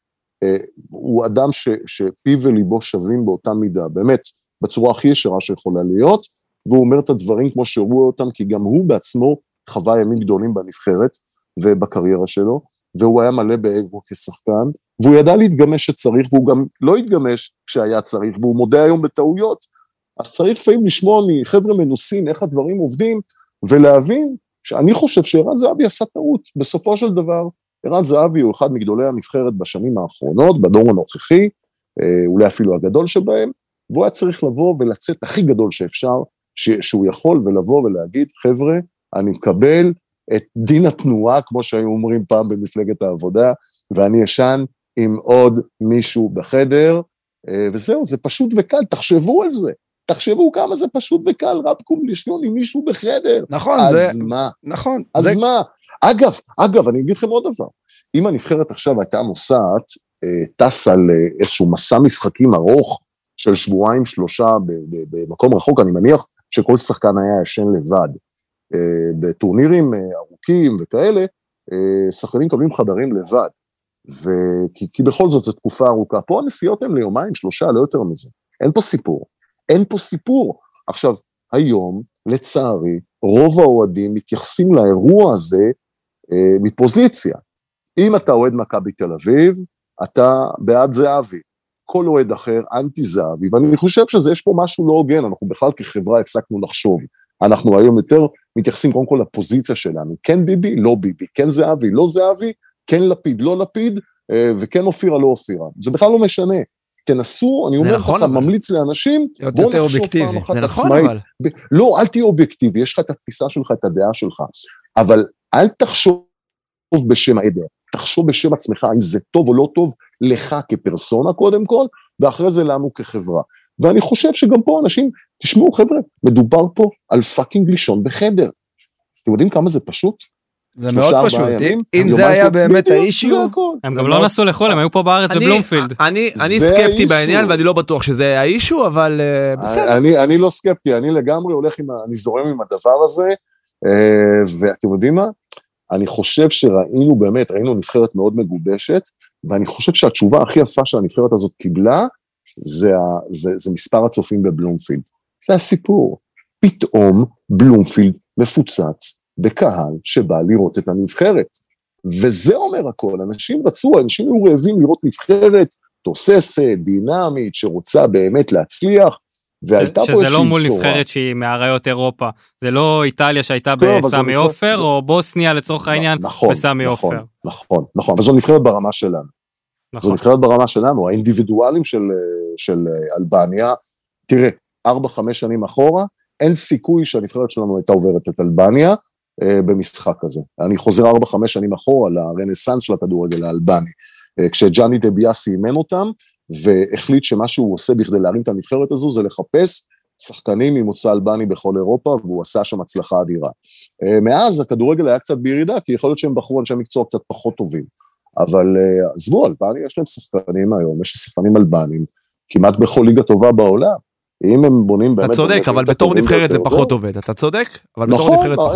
הוא אדם שפיו וליבו שווים באותה מידה, באמת בצורה הכי ישרה שיכולה להיות, והוא אומר את הדברים כמו שהוא רואה אותם, כי גם הוא בעצמו חווה ימים גדולים בנבחרת ובקריירה שלו, והוא היה מלא באגו כשחקן, והוא ידע להתגמש שצריך, והוא גם לא התגמש כשהיה צריך, והוא מודה היום בטעויות, אז צריך לפעמים לשמוע מחבר'ה מנוסים איך הדברים עובדים, ולהבין שאני חושב שערן זהבי עשה טעות. בסופו של דבר, ערן זהבי הוא אחד מגדולי הנבחרת בשנים האחרונות, בדור הנוכחי, אולי אפילו הגדול שבהם, והוא היה צריך לבוא ולצאת הכי גדול שאפשר, שהוא יכול ולבוא ולהגיד, חבר'ה, אני מקבל את דין התנועה, כמו שהיו אומרים פעם במפלגת העבודה, ואני ישן עם עוד מישהו בחדר, וזהו, זה פשוט וקל, תחשבו על זה. תחשבו כמה זה פשוט וקל, רבקום לשנון עם מישהו בחדר. נכון, אז זה... מה? נכון. אז זה... מה? אגב, אני אגיד לכם עוד דבר. אם הנבחרת עכשיו הייתה נוסעת, טס על איזשהו מסע משחקים ארוך, של 2-3 במקום רחוק, אני מניח שכל שחקן היה ישן לבד. בטורנירים ארוכים וכאלה, שחקנים קבלים חדרים לבד. כי בכל זאת זו תקופה ארוכה. פה הנסיעות הן ליומיים, 3, לא יותר מזה. אין פה סיפור. עכשיו, היום, לצערי, רוב האוהדים מתייחסים לאירוע הזה מפוזיציה. אם אתה אוהד מכבי תל אביב, אתה בעד זהבי. כל אוהד אחר, אנטי זהבי, ואני חושב יש פה משהו לא הוגן, אנחנו בכלל כחברה הפסקנו לחשוב. אנחנו היום יותר מתייחסים קודם כל לפוזיציה שלנו. כן ביבי, לא ביבי. כן זהבי, לא זהבי. כן לפיד, לא לפיד. וכן אופירה, לא אופירה. זה בכלל לא משנה. תנסו, אני אומר לך, ממליץ לאנשים, בוא נחשוב פעם אחת עצמאית. לא, אל תהיה אובייקטיבי, יש לך את התפיסה שלך, את הדעה שלך, אבל אל תחשוב בשם העדר, תחשוב בשם עצמך, אם זה טוב או לא טוב, לך כפרסונה קודם כל, ואחרי זה לנו כחברה. ואני חושב שגם פה אנשים, תשמעו חבר'ה, מדובר פה על פאקינג לישון בחדר. אתם יודעים כמה זה פשוט? זה מאוד פשוט, אם זה היה באמת האישיו, הם גם לא נסעו לחול, הם היו פה בארץ בבלומפילד. אני סקפטי בעניין, ואני לא בטוח שזה האישיו, אבל בסדר. אני לא סקפטי, אני לגמרי הולך אני זורם עם הדבר הזה, ואתם יודעים מה? אני חושב שראינו באמת, ראינו נבחרת מאוד מגובשת, ואני חושב שהתשובה הכי יפה שהנבחרת הזאת קיבלה, זה מספר הצופים בבלומפילד. זה הסיפור. פתאום בלומפילד מפוצץ, בקהל שבא לראות את הנבחרת. וזה אומר הכל, אנשים היו רעבים לראות נבחרת תוססת, דינמית, שרוצה באמת להצליח, ועלתה פה שזה לא מול נבחרת שהיא מאריות אירופה, זה לא איטליה שהייתה בסמי עופר, או בוסניה לצורך העניין בסמי עופר. נכון, אבל זו נבחרת ברמה שלנו. זו נבחרת ברמה שלנו, האינדיבידואלים של אלבניה, תראה, 4-5 שנים אחורה, אין סיכוי שהנבחרת שלנו הייתה עוברת את אלבניה, במשחק הזה. אני חוזר 4-5 שנים אחורה לרנסנס של הכדורגל האלבני, כשג'אני דביאסי אימן אותם, והחליט שמה שהוא עושה בכדי להרים את הנבחרת הזו, זה לחפש שחקנים ממוצא אלבני בכל אירופה, והוא עשה שם הצלחה אדירה. מאז הכדורגל היה קצת בירידה, כי יכול להיות שהם בחרו אנשי מקצוע קצת פחות טובים, אבל עזבו, אלבני יש להם שחקנים היום, יש שחקנים אלבנים, כמעט בכל ליגה טובה בעולם, אם הם בונים באמת... אתה צודק, אבל בתור נבחרת זה פחות עובד, אתה צודק, אבל בתור נבחרת פחות.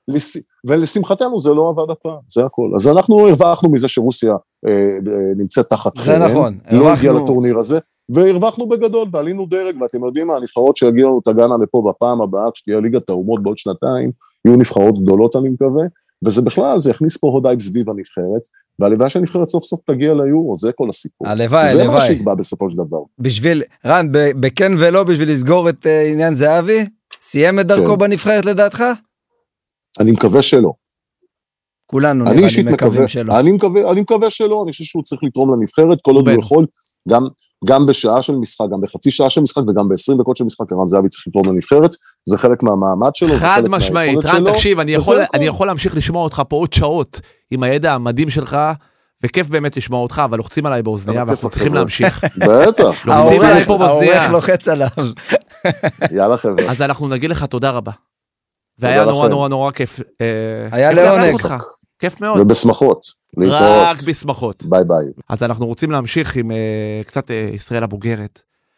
ולשמחתנו זה לא עבד הפעם, זה הכל. אז אנחנו הרווחנו מזה שרוסיה נמצאת תחת חרם, נכון, לא הגיע לטורניר הזה, והרווחנו בגדול, ועלינו דרג, ואתם יודעים מה, הנבחרות שיגיעו לנו תגענה לפה בפעם הבאה, כשתהיה ליגת האומות בעוד שנתיים, יהיו נבחרות גדולות אני מקווה, וזה בכלל, זה יכניס פה הודייב סביב הנבחרת, והלוואי שהנבחרת סוף סוף תגיע ליורו, זה כל הסיפור. זה מה שיקבע בסופו של דבר. בשביל, רן, בכן ולא, בשביל לסגור את עניין זהבי, סיים את דרכו בנבחרת לדעתך? אני מקווה שלא. כולנו נראה לי מקווים שלא. אני מקווה שלא, אני חושב שהוא צריך לתרום לנבחרת, כל עוד הוא יכול, גם בשעה של משחק, גם בחצי שעה של משחק, וגם ב-20 דקות של משחק, רן זהבי צריך לתרום לנבחרת, זה חלק מהמעמד שלו, חד משמעית, רן תקשיב, אני יכול להמשיך לשמוע אותך פה עוד שעות, עם הידע המדהים שלך, וכיף באמת לשמוע אותך, אבל לוחצים עליי באוזניה, ואנחנו צריכים להמשיך. בטח. העורך לוחץ עליו. יאללה חבר'ה. אז אנחנו נגיד לך תודה רבה. והיה נורא נורא נורא כיף. היה לעונג. כיף מאוד. ובשמחות. רק בשמחות. ביי ביי. אז אנחנו רוצים להמשיך עם קצת ישראל הבוגרת.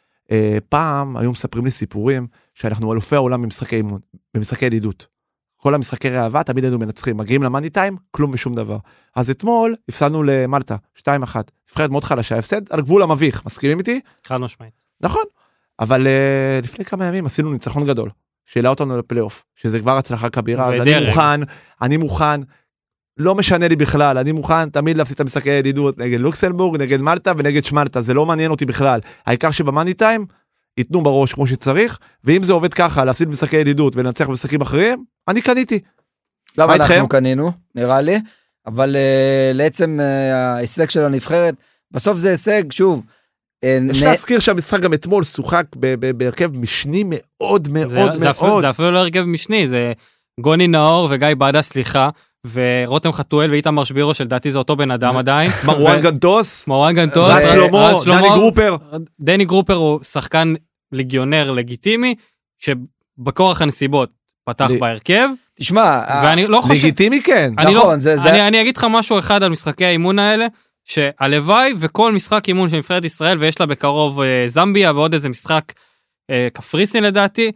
פעם היו מספרים לי סיפורים שאנחנו אלופי העולם במשחקי אימון, במשחקי ידידות. כל המשחקי ראווה תמיד היינו מנצחים, מגיעים למאני טיים, כלום ושום דבר. אז אתמול הפסדנו למלטה, 2-1. נבחרת מאוד חלשה, הפסד על גבול המביך, מסכימים איתי? חד משמעית. נכון, אבל לפני כמה ימים עשינו ניצחון גדול, שהעלה אותנו לפלייאוף, שזה כבר הצלחה כבירה, אז אני מוכן, לא משנה לי בכלל, אני מוכן תמיד להפסיד את המשחקי ידידות, נגד לוקסלבורג, נגד מלטה ונגד שמלטה, זה לא מעניין אותי בכלל, העיקר שבמאני טיים, ייתנו בראש כמו שצריך, ואם זה עובד ככה, להפסיד משחקי ידידות ולנצח במשחקים אחרים, אני קניתי. למה אנחנו קנינו, נראה לי, אבל לעצם ההישג של הנבחרת, בסוף זה הישג, שוב. יש להזכיר שהמשחק גם אתמול שוחק בהרכב משני מאוד מאוד מאוד. זה אפילו לא הרכב משני, זה גוני נאור וגיא בדה, סליחה, ורותם חתואל ואיתמר שבירו, שלדעתי זה אותו בן אדם עדיין. מרואן גנטוס. רז שלמה, דני גרופר. דני גרופר הוא שחקן ליגיונר לגיטימי, שבכורח הנסיבות פתח בהרכב. תשמע, לגיטימי כן. אני אגיד לך משהו אחד על משחקי האימון האלה, שהלוואי וכל משחק אימון של נבחרת ישראל, ויש לה בקרוב זמביה ועוד איזה משחק קפריסין לדעתי,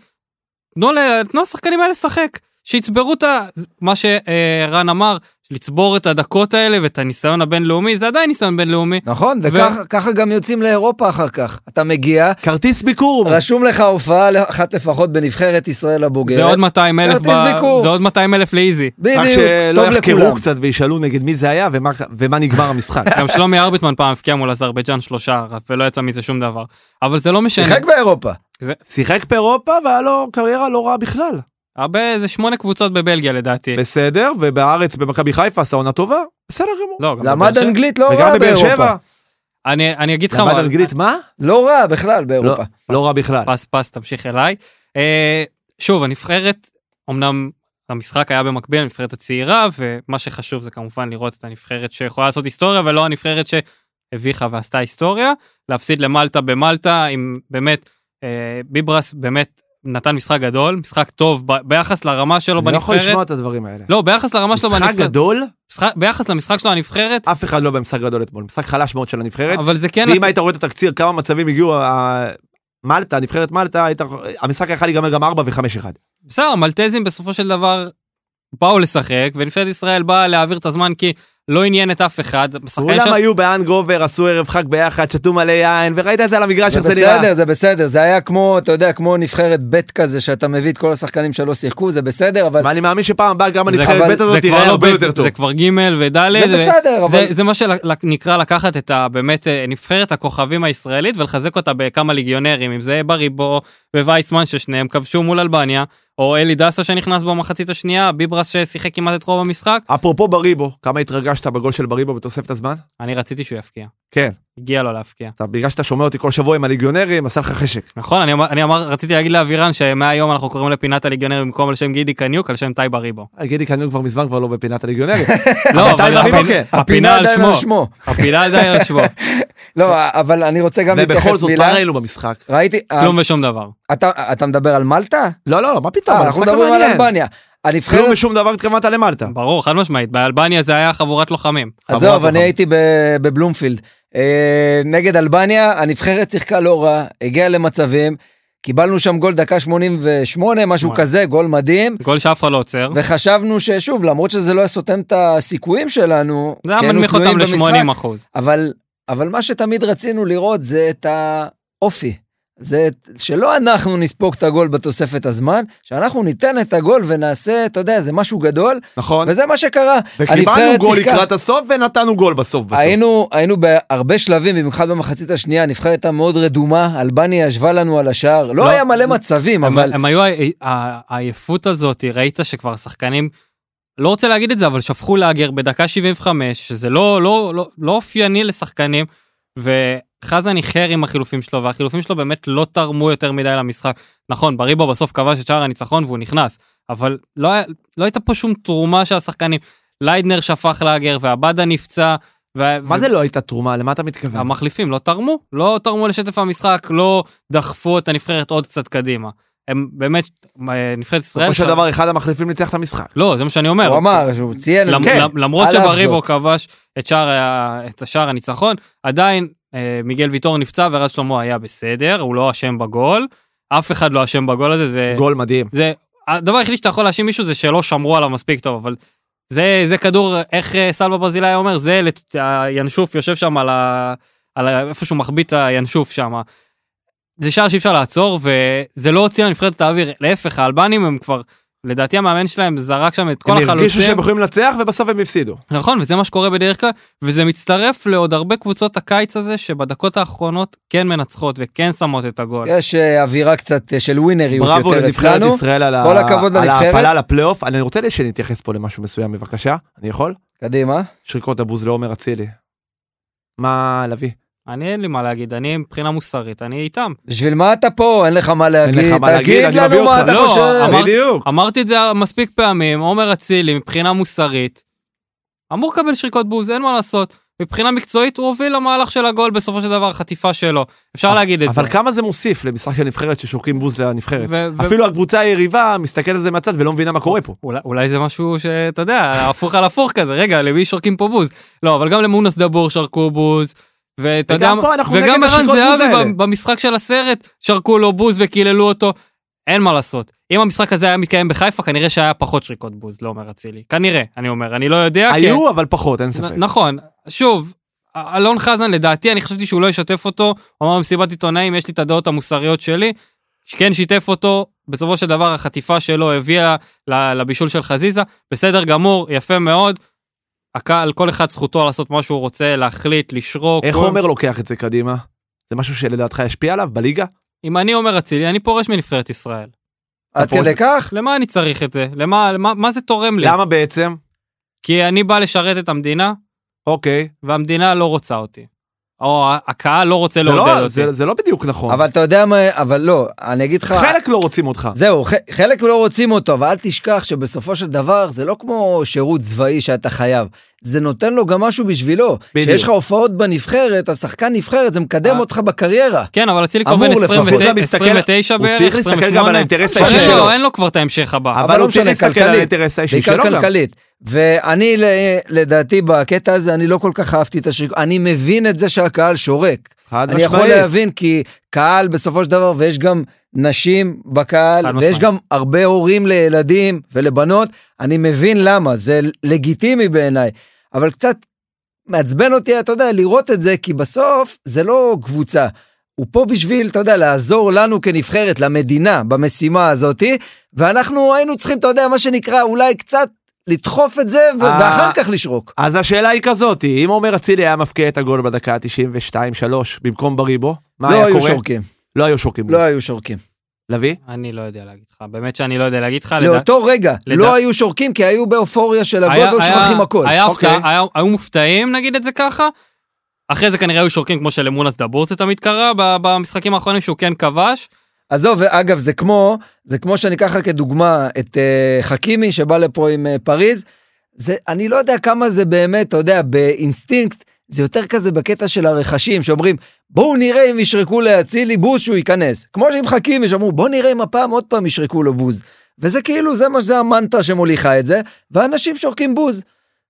תנו השחקנים האלה לשחק. שיצברו את מה שרן אמר, לצבור את הדקות האלה ואת הניסיון הבינלאומי, זה עדיין ניסיון בינלאומי. נכון, וככה גם יוצאים לאירופה אחר כך. אתה מגיע, כרטיס ביקור. רשום לך הופעה אחת לפחות בנבחרת ישראל הבוגרת. זה עוד 200,000 לאיזי. בדיוק, שלא יחקרו קצת וישאלו נגד מי זה היה ומה נגמר המשחק. גם שלומי ארביטמן פעם הפקיע מול אזרבייג'אן 3 ולא יצא מזה שום דבר. אבל זה לא משנה. שיחק באירופה. שיחק באירופה והיה לו קריירה לא רעה בכלל. זה 8 קבוצות בבלגיה לדעתי. בסדר, ובארץ במכבי חיפה עשה עונה טובה, בסדר גמור. למד אנגלית לא רע באירופה. וגם בבאר שבע. אני אגיד לך... למד אנגלית מה? לא רע בכלל באירופה. לא רע בכלל. פס, תמשיך אליי. שוב, הנבחרת, אמנם המשחק היה במקביל, הנבחרת הצעירה, ומה שחשוב זה כמובן לראות את הנבחרת שיכולה לעשות היסטוריה, ולא הנבחרת שהביכה ועשתה היסטוריה, להפסיד למלטה במלטה, עם באמת, ביברס באמת, נתן משחק גדול, משחק טוב, ביחס לרמה שלו בנבחרת. אני לא יכול לשמוע את הדברים האלה. לא, ביחס לרמה שלו בנבחרת. משחק גדול? ביחס למשחק שלו הנבחרת. אף אחד לא במשחק גדול אתמול, משחק חלש מאוד של הנבחרת. אבל זה כן... ואם היית רואה את התקציר, כמה מצבים הגיעו, מלטה, נבחרת מלטה, המשחק יכול להיגמר גם 4 ו-5-1. בסדר, מלטזים בסופו של דבר באו לשחק, ונבחרת ישראל באה להעביר את הזמן כי לא עניין את אף אחד. כולם היו באנגובר, עשו ערב חג ביחד, שתו מלא יין, וראית את זה על המגרש איך זה נראה. זה בסדר, זה היה כמו, אתה יודע, כמו נבחרת בית כזה, שאתה מביא את כל השחקנים שלא שיחקו, זה בסדר, אבל... ואני מאמין שפעם הבאה גם הנבחרת בית הזאת תראה הרבה יותר טוב. זה כבר ג' וד'. זה בסדר, אבל... זה מה שנקרא לקחת את באמת נבחרת הכוכבים הישראלית, ולחזק אותה בכמה ליגיונרים, אם זה בריבו ווייסמן, ששניהם כבשו מול אלבניה, או אלי דסה שנכנס במחצית השנייה, ביברס ששיחק כמעט את רוב המשחק. אפרופו בריבו, כמה התרגשת בגול של בריבו בתוספת הזמן? אני רציתי שהוא יפקיע. כן. הגיע לו להפקיע. אתה בגלל שאתה שומע אותי כל שבוע עם הליגיונרים, עשה לך חשק. נכון, רציתי להגיד לאווירן שמהיום אנחנו קוראים לפינת הליגיונרים במקום על שם גידי קניוק, על שם טי בריבו. גידי קניוק כבר מזמן כבר לא בפינת הליגיונרים. לא, אבל הפינה עדיין על שמו. הפינה עדיין על שמו. לא, אבל אני רוצה גם להתייחס מילה. ובכל זאת, מה ראינו במשחק? ראיתי... כלום ושום דבר. אתה מדבר על מלטה? לא, מה פתאום? אנחנו מדברים על אלבניה. כלום ושום דבר התכוונת למלטה. ברור, חד משמעית. באלבניה זה היה חבורת לוחמים. אז זהו, אני הייתי בבלומפילד. נגד אלבניה, הנבחרת שיחקה לא רע, הגיעה למצבים, קיבלנו שם גול דקה 88, משהו כזה, גול מדהים. גול שאף אחד לא עוצר. וחשבנו ששוב, למרות שזה לא סותם את הסיכויים שלנו, זה היה מנמיך אותם ל-80%. אבל מה שתמיד רצינו לראות זה את האופי. זה שלא אנחנו נספוג את הגול בתוספת הזמן, שאנחנו ניתן את הגול ונעשה, אתה יודע, זה משהו גדול. נכון. וזה מה שקרה. וקיבלנו גול לקראת הסוף ונתנו גול בסוף. היינו בהרבה שלבים, במיוחד במחצית השנייה, הנבחרת הייתה מאוד רדומה, אלבניה ישבה לנו על השער, לא היה מלא מצבים, אבל... הם היו, העייפות הזאת, ראית שכבר השחקנים, לא רוצה להגיד את זה, אבל שפכו להגר בדקה 75, שזה לא אופייני לשחקנים, וחזן איחר עם החילופים שלו, והחילופים שלו באמת לא תרמו יותר מדי למשחק. נכון, בריבו בסוף כבש את שער הניצחון והוא נכנס, אבל לא הייתה פה שום תרומה של השחקנים. ליידנר שפך להגר והבדה נפצע. מה זה לא הייתה תרומה? למה אתה מתכוון? המחליפים לא תרמו לשטף המשחק, לא דחפו את הנבחרת עוד קצת קדימה. הם באמת, נבחרת ישראל... בסופו של דבר אחד המחליפים ניצח את המשחק. לא, זה מה שאני אומר. הוא אמר שהוא ציין... למרות שבריבו כבש את שער הניצחון, עדיין מיגל ויטור נפצע ורז שלמה היה בסדר, הוא לא אשם בגול, אף אחד לא אשם בגול הזה, גול מדהים. הדבר היחידי שאתה יכול להאשים מישהו זה שלא שמרו עליו מספיק טוב, אבל זה כדור, איך סלווה ברזילאי אומר, זה הינשוף יושב שם על איפה שהוא מחביט הינשוף שם, זה שער שאי אפשר לעצור, וזה לא הוציא לנבחרת את האוויר, להפך, האלבנים הם כבר, לדעתי המאמן שלהם זרק שם את כל החלוצים. הם הרגישו שהם יכולים לנצח, ובסוף הם הפסידו. נכון, וזה מה שקורה בדרך כלל, וזה מצטרף לעוד הרבה קבוצות הקיץ הזה, שבדקות האחרונות כן מנצחות, וכן שמות את הגול. יש אווירה קצת של ווינריות יותר אצלנו. בראבו לנבחרת ישראל כל הכבוד לנבחרת. על ההפלה לפלייאוף. אני רוצה שנתייחס פה למשהו מסוים, בבקשה. אני יכול? קדימה. שריקות הבוז לעומר אצילי. מה להביא? אני אין לי מה להגיד, אני מבחינה מוסרית, אני איתם. בשביל מה אתה פה? אין לך מה להגיד, תגיד לנו מה אתה חושב. אמרתי את זה מספיק פעמים, עומר אצילי מבחינה מוסרית, אמור לקבל שריקות בוז, אין מה לעשות. מבחינה מקצועית הוא הוביל למהלך של הגול, בסופו של דבר חטיפה שלו, אפשר להגיד את זה. אבל כמה זה מוסיף למשחק של נבחרת ששורקים בוז לנבחרת? אפילו הקבוצה היריבה מסתכלת על זה מהצד ולא מבינה מה קורה פה. אולי זה משהו שאתה יודע, הפוך על הפוך כזה, רגע, למי שורקים פה בוז? לא, אבל גם למונס דבור שרקו בוז, וגם ערן זהבי במשחק של הסרט שרקו לו בוז וקיללו אותו, אין מה לעשות. אם המשחק הזה היה מתקיים בחיפה, כנראה שהיה פחות שריקות בוז, לא אומר אצילי. כנראה, אני אומר, אני לא יודע. היו, אבל פחות, אין ספק. נכון, שוב, אלון חזן לדעתי, אני חשבתי שהוא לא ישתף אותו, הוא אמר במסיבת עיתונאים, יש לי את הדעות המוסריות שלי, שכן שיתף אותו, בסופו של דבר החטיפה שלו הביאה לבישול של חזיזה, בסדר גמור, יפה מאוד, על כל אחד זכותו לעשות מה שהוא רוצה, להחליט, לשרוק. איך עומר לוקח את זה קדימה? זה משהו שלדעתך ישפיע עליו בליגה? אם אני אומר אצילי, אני פורש מנבחרת ישראל. עד כדי כך? למה אני צריך את זה? מה זה תורם לי? למה בעצם? כי אני בא לשרת את המדינה, אוקיי. והמדינה לא רוצה אותי. או הקהל לא רוצה לעודד אותי. זה לא בדיוק נכון. אבל אתה יודע מה, אבל לא, אני אגיד לך... חלק לא רוצים אותך. זהו, חלק לא רוצים אותו, אבל אל תשכח שבסופו של דבר זה לא כמו שירות צבאי שאתה חייב. זה נותן לו גם משהו בשבילו. שיש לך הופעות בנבחרת, השחקן נבחרת, זה מקדם אותך בקריירה. כן, אבל אצילי כבר בין 29 בערך, 28. הוא צריך להסתכל גם על האינטרס האישי שלו. לא, אין לו כבר את ההמשך הבא. אבל הוא צריך להסתכל על האינטרס האישי שלו גם. ואני לדעתי בקטע הזה אני לא כל כך אהבתי את השריק, אני מבין את זה שהקהל שורק, אני יכול להבין כי קהל בסופו של דבר, ויש גם נשים בקהל, ויש גם הרבה הורים לילדים ולבנות, אני מבין למה, זה לגיטימי בעיניי, אבל קצת מעצבן אותי, אתה יודע, לראות את זה, כי בסוף זה לא קבוצה, הוא פה בשביל, אתה יודע, לעזור לנו כנבחרת, למדינה, במשימה הזאת, ואנחנו היינו צריכים, אתה יודע, מה שנקרא, אולי קצת לדחוף את זה, ואחר כך לשרוק. אז השאלה היא כזאת, אם עומר אצילי היה מפקיע את הגול בדקה 92-3, במקום בריבו, מה היה קורה? לא היו שורקים. לא היו שורקים. לוי? אני לא יודע להגיד לך, באמת שאני לא יודע להגיד לך. לאותו רגע, לא היו שורקים, כי היו באופוריה של הגול, ולא שורקים הכל. היו מופתעים, נגיד את זה ככה, אחרי זה כנראה היו שורקים, כמו שלמונס דבור זה תמיד קרה, במשחקים האחרונים שהוא כן כבש, עזוב, אגב, זה כמו שאני אקח כדוגמה את חכימי שבא לפה עם פריז, אני לא יודע כמה זה באמת, אתה יודע, באינסטינקט, זה יותר כזה בקטע של הרכשים, שאומרים, בואו נראה אם ישרקו לאצילי בוז שהוא ייכנס, כמו שעם חכימי שאמרו, בואו נראה אם הפעם עוד פעם ישרקו לו בוז, וזה כאילו, זה המנטרה שמוליכה את זה, ואנשים שורקים בוז,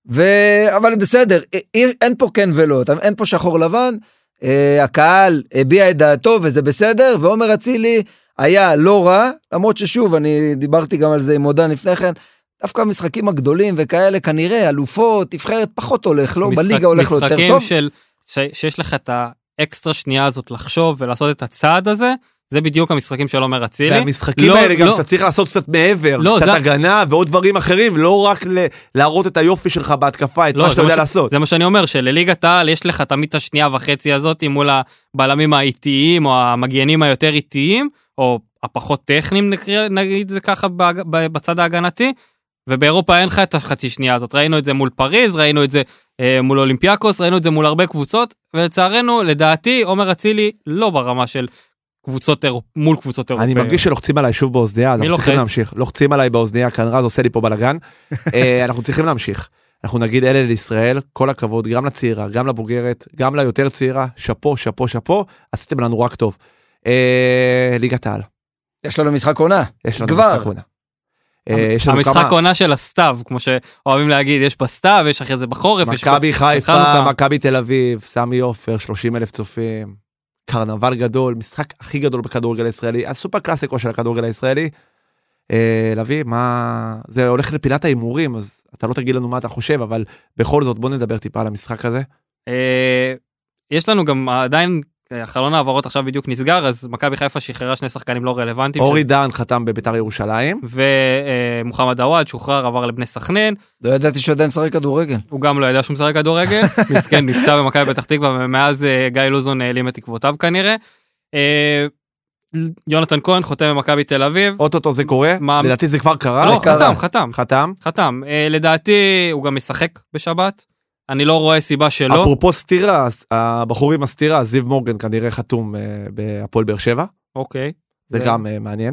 אבל בסדר, אין פה כן ולא, אין פה שחור לבן, הקהל הביע את דעתו וזה בסדר, ועומר אצילי היה לא רע, למרות ששוב, אני דיברתי גם על זה עם מודן לפני כן, דווקא המשחקים הגדולים וכאלה, כנראה, אלופות, נבחרת פחות הולך, לא, בליגה הולך לו יותר טוב. משחקים שיש לך את האקסטרה שנייה הזאת לחשוב ולעשות את הצעד הזה, זה בדיוק המשחקים של עומר אצילי. והמשחקים האלה גם אתה צריך לעשות קצת מעבר, קצת הגנה ועוד דברים אחרים, לא רק להראות את היופי שלך בהתקפה, את מה שאתה יודע לעשות. זה מה שאני אומר, שלליגת העל יש לך תמיד את השנייה וחצי הזאת מול הבלמים האיטיים או המגיינים היותר איטיים, או הפחות טכניים נגיד זה ככה בצד ההגנתי, ובאירופה אין לך את החצי שנייה הזאת. ראינו את זה מול פריז, ראינו את זה מול אולימפיאקוס, ראינו את זה מול הרבה קבוצות, ולצערנו, לדעתי, עומר אצילי לא ברמה של מול קבוצות אירופאיות. אני מרגיש שלוחצים עליי שוב באוזניה, אנחנו צריכים להמשיך. לוחצים עליי באוזניה, כאן רז עושה לי פה בלגן. אנחנו צריכים להמשיך. אנחנו נגיד אלה לישראל, כל הכבוד, גם לצעירה, גם לבוגרת, גם ליותר צעירה, שפו, שפו, שפו, עשיתם לנו רק טוב. ליגת העל. יש לנו משחק עונה. יש לנו משחק עונה. המשחק עונה של הסתיו, כמו שאוהבים להגיד, יש בסתיו, יש אחרי זה בחורף. מכבי חיפה, מכבי תל אביב, סמי עופר, 30,000 צופים. קרנבל גדול, משחק הכי גדול בכדורגל הישראלי, הסופר קלאסיקו של הכדורגל הישראלי. לוי, מה... זה הולך לפינת האימורים, אז אתה לא תגיד לנו מה אתה חושב, אבל בכל זאת בוא נדבר טיפה על המשחק הזה. יש לנו גם עדיין, חלון העברות עכשיו בדיוק נסגר, אז מכבי חיפה שחררה שני שחקנים לא רלוונטיים. אורי דן חתם בביתר ירושלים. ומוחמד עוואד שוחרר, עבר לבני סכנין. לא ידעתי שעדיין משחק כדורגל. הוא גם לא ידע שהוא משחק כדורגל. מסכן, נפצע במכבי פתח תקווה, ומאז גיא לוזון העלים את עקבותיו כנראה. יונתן כהן חותם במכבי תל אביב. אוטוטו זה קורה? לדעתי זה כבר קרה? לא, חתם. לדעתי הוא גם משחק בשבת. אני לא רואה סיבה שלא. אפרופו סתירה, הבחור עם הסתירה, זיו מורגן כנראה חתום בהפועל באר שבע. אוקיי. זה גם מעניין.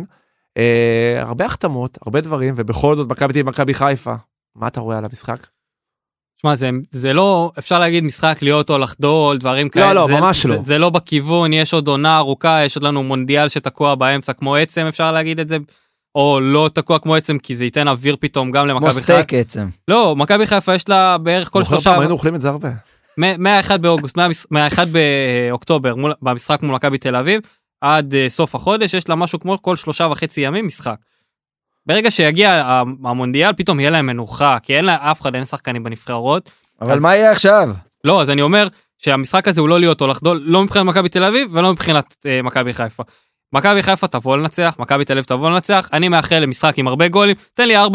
הרבה החתמות, הרבה דברים, ובכל זאת מכבי חיפה. מה אתה רואה על המשחק? תשמע, זה לא, אפשר להגיד משחק להיות או לחדול, דברים כאלה. לא, ממש לא. זה לא בכיוון, יש עוד עונה ארוכה, יש עוד לנו מונדיאל שתקוע באמצע כמו עצם, אפשר להגיד את זה. או לא תקוע כמו עצם, כי זה ייתן אוויר פתאום גם למכבי חיפה. כמו סטייק עצם. לא, מכבי חיפה יש לה בערך כל שלושה... פעם היינו אוכלים את זה הרבה. מה-1 באוגוסט, מה-1 באוקטובר, במשחק מול מכבי תל אביב, עד סוף החודש, יש לה משהו כמו כל 3.5 ימים משחק. ברגע שיגיע המונדיאל, פתאום יהיה להם מנוחה, כי אין לה אף אחד, אין שחקנים בנבחרות. אבל מה יהיה עכשיו? לא, אז אני אומר שהמשחק הזה הוא לא להיות או לחדול, לא מבחינת מכבי תל אביב, ולא מבחינת מכבי חיפה. מכבי חיפה תבוא לנצח, מכבי תל אביב תבוא לנצח, אני מאחל למשחק עם הרבה גולים, תן לי 4-3,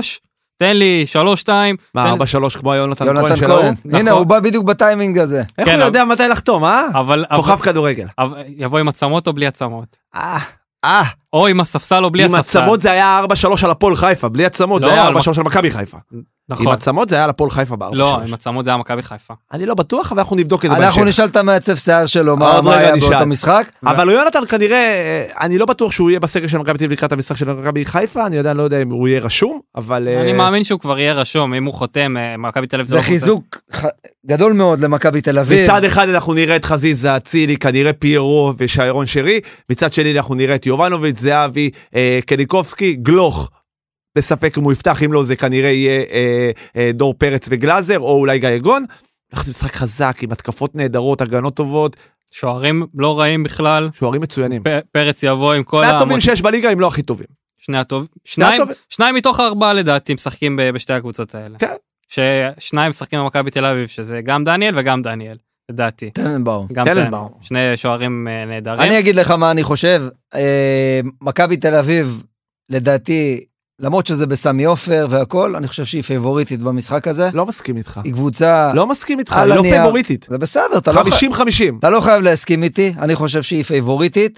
תן לי 3-2. מה, 4-3 כמו יונתן כהן שלו? הנה, הוא בא בדיוק בטיימינג הזה. איך הוא יודע מתי לחתום, כוכב כדורגל. יבוא עם עצמות או בלי עצמות? אה. או עם הספסל או בלי הספסל. עם עצמות זה היה 4-3 על הפועל חיפה, בלי עצמות זה היה 4-3 על מכבי חיפה. נכון. עם עצמות זה היה על הפועל חיפה ב-4-3. לא, עם עצמות זה היה מכבי חיפה. אני לא בטוח, אבל אנחנו נבדוק את זה בהמשך. אנחנו נשאל את המעצב שיער שלו, מה היה באותו משחק. אבל יונתן כנראה, אני לא בטוח שהוא יהיה בסגל של מכבי תל אביב לקראת המשחק של מכבי חיפה, אני עדיין לא יודע אם הוא יהיה רשום, אבל... אני מאמין שהוא כבר יהיה רשום, אם הוא חותם, מכבי תל אביב זה חיזוק גדול מאוד למכבי תל אביב. מצד אחד אנחנו נראה את חזיזה, צילי, כנראה פיירו ושיירון שרי, מצד שני אנחנו נראה את יובנוביץ', זהבי, קניקובסקי, גלוך, בספק אם הוא יפתח, אם לא זה כנראה יהיה דור פרץ וגלאזר, או אולי גיא גון. אנחנו משחק חזק, עם התקפות נהדרות, הגנות טובות. שוערים לא רעים בכלל. שוערים מצוינים. פרץ יבוא עם כל... שני הטובים שיש בליגה, אם לא הכי טובים. שניים מתוך 4 לדעתי משחקים בשתי הקבוצות האלה. כן. ששניים משחקים במכבי תל אביב, שזה גם דניאל וגם דניאל, לדעתי. טננבאום. שני שוערים נהדרים. אני אגיד לך מה אני חושב. מכבי תל אביב, לדעתי, למרות שזה בסמי עופר והכל, אני חושב שהיא פייבוריטית במשחק הזה. לא מסכים איתך. היא קבוצה... לא מסכים איתך, היא לא פייבוריטית. זה בסדר, 50-50. אתה לא חייב להסכים איתי, אני חושב שהיא פייבוריטית,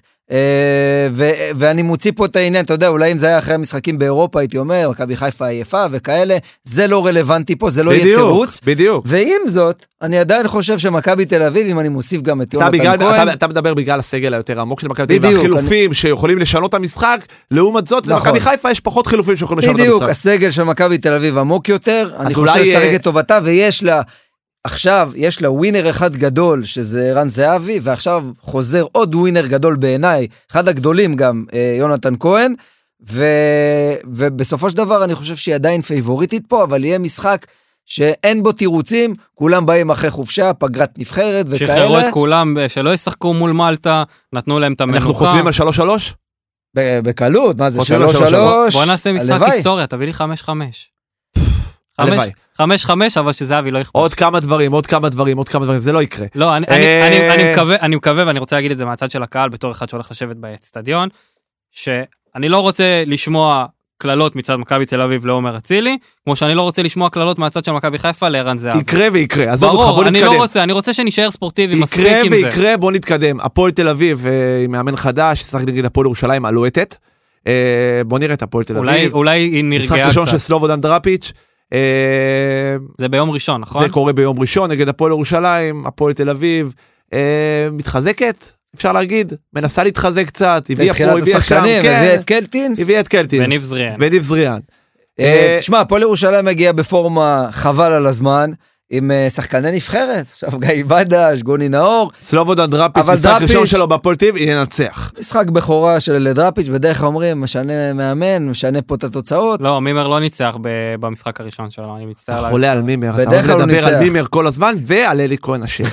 ואני מוציא פה את העניין, אתה יודע, אולי אם זה היה אחרי המשחקים באירופה, הייתי אומר, מכבי חיפה עייפה וכאלה, זה לא רלוונטי פה, זה לא יהיה תירוץ. בדיוק. ועם זאת, אני עדיין חושב שמכבי תל אביב, אם אני מוסיף גם את יונתן כהן... אתה מדבר בגלל הסגל היותר עמוק של מכבי תל אביב, והחילופים שיכולים לשנות את המשחק, לעומת זאת, למכבי חיפה יש פחות חילופים שיכולים לשנות את המשחק. בדיוק, הסגל של מכבי תל אביב עמוק יותר, אני חושב לשחק את טובתה, ויש לה עכשיו יש לה ווינר אחד גדול, שזה רן זהבי, ועכשיו חוזר עוד ווינר גדול בעיניי, אחד הגדולים גם, יונתן כהן, ובסופו של דבר אני חושב שהיא עדיין פייבוריטית פה, אבל יהיה משחק שאין בו תירוצים, כולם באים אחרי חופשה, פגרת נבחרת וכאלה. שחררו את כולם, שלא ישחקו מול מלטה, נתנו להם את המנוחה. אנחנו חותמים על 3-3? בקלות, מה זה, 3-3? בוא נעשה משחק היסטוריה, תביא לי 5-5. הלוואי. 5-5, אבל שזהבי לא יכבוש. עוד כמה דברים, זה לא יקרה. לא, אני מקווה, ואני רוצה להגיד את זה מהצד של הקהל, בתור אחד שהולך לשבת באצטדיון, שאני לא רוצה לשמוע קללות מצד מכבי תל אביב לעומר אצילי, כמו שאני לא רוצה לשמוע קללות מהצד של מכבי חיפה לערן זהבי. יקרה ויקרה, ברור, אני לא רוצה, אני רוצה שנשאר ספורטיבי מספיק עם זה. יקרה, בוא נתקדם. הפועל תל אביב, עם מאמן חדש, ששחק נגד הפועל ירושלים הלוהטת. בוא נראה את הפועל תל אביב. אולי היא נרגעה קצת. משחק ראשון של סלובודן דראפיץ'. זה ביום ראשון, נכון? זה קורה ביום ראשון נגד הפועל ירושלים, הפועל תל אביב, מתחזקת, אפשר להגיד, מנסה להתחזק קצת, הביאה פה, הביאה שם, הביאה את קלטינס, וניב זריאן. תשמע, הפועל ירושלים מגיע בפורמה חבל על הזמן, עם שחקני נבחרת, עכשיו גיא בדש, גוני נאור. סלובודן דראפיץ', משחק ראשון שלו בהפועל תל אביב, ינצח. משחק בכורה של דראפיץ', בדרך כלל אומרים, משנה מאמן, משנה פה את התוצאות. לא, מימר לא ניצח במשחק הראשון שלו, אני מצטער. אתה חולה על מימר, אתה אוהב לדבר על מימר כל הזמן, ועל אלי כהן השם.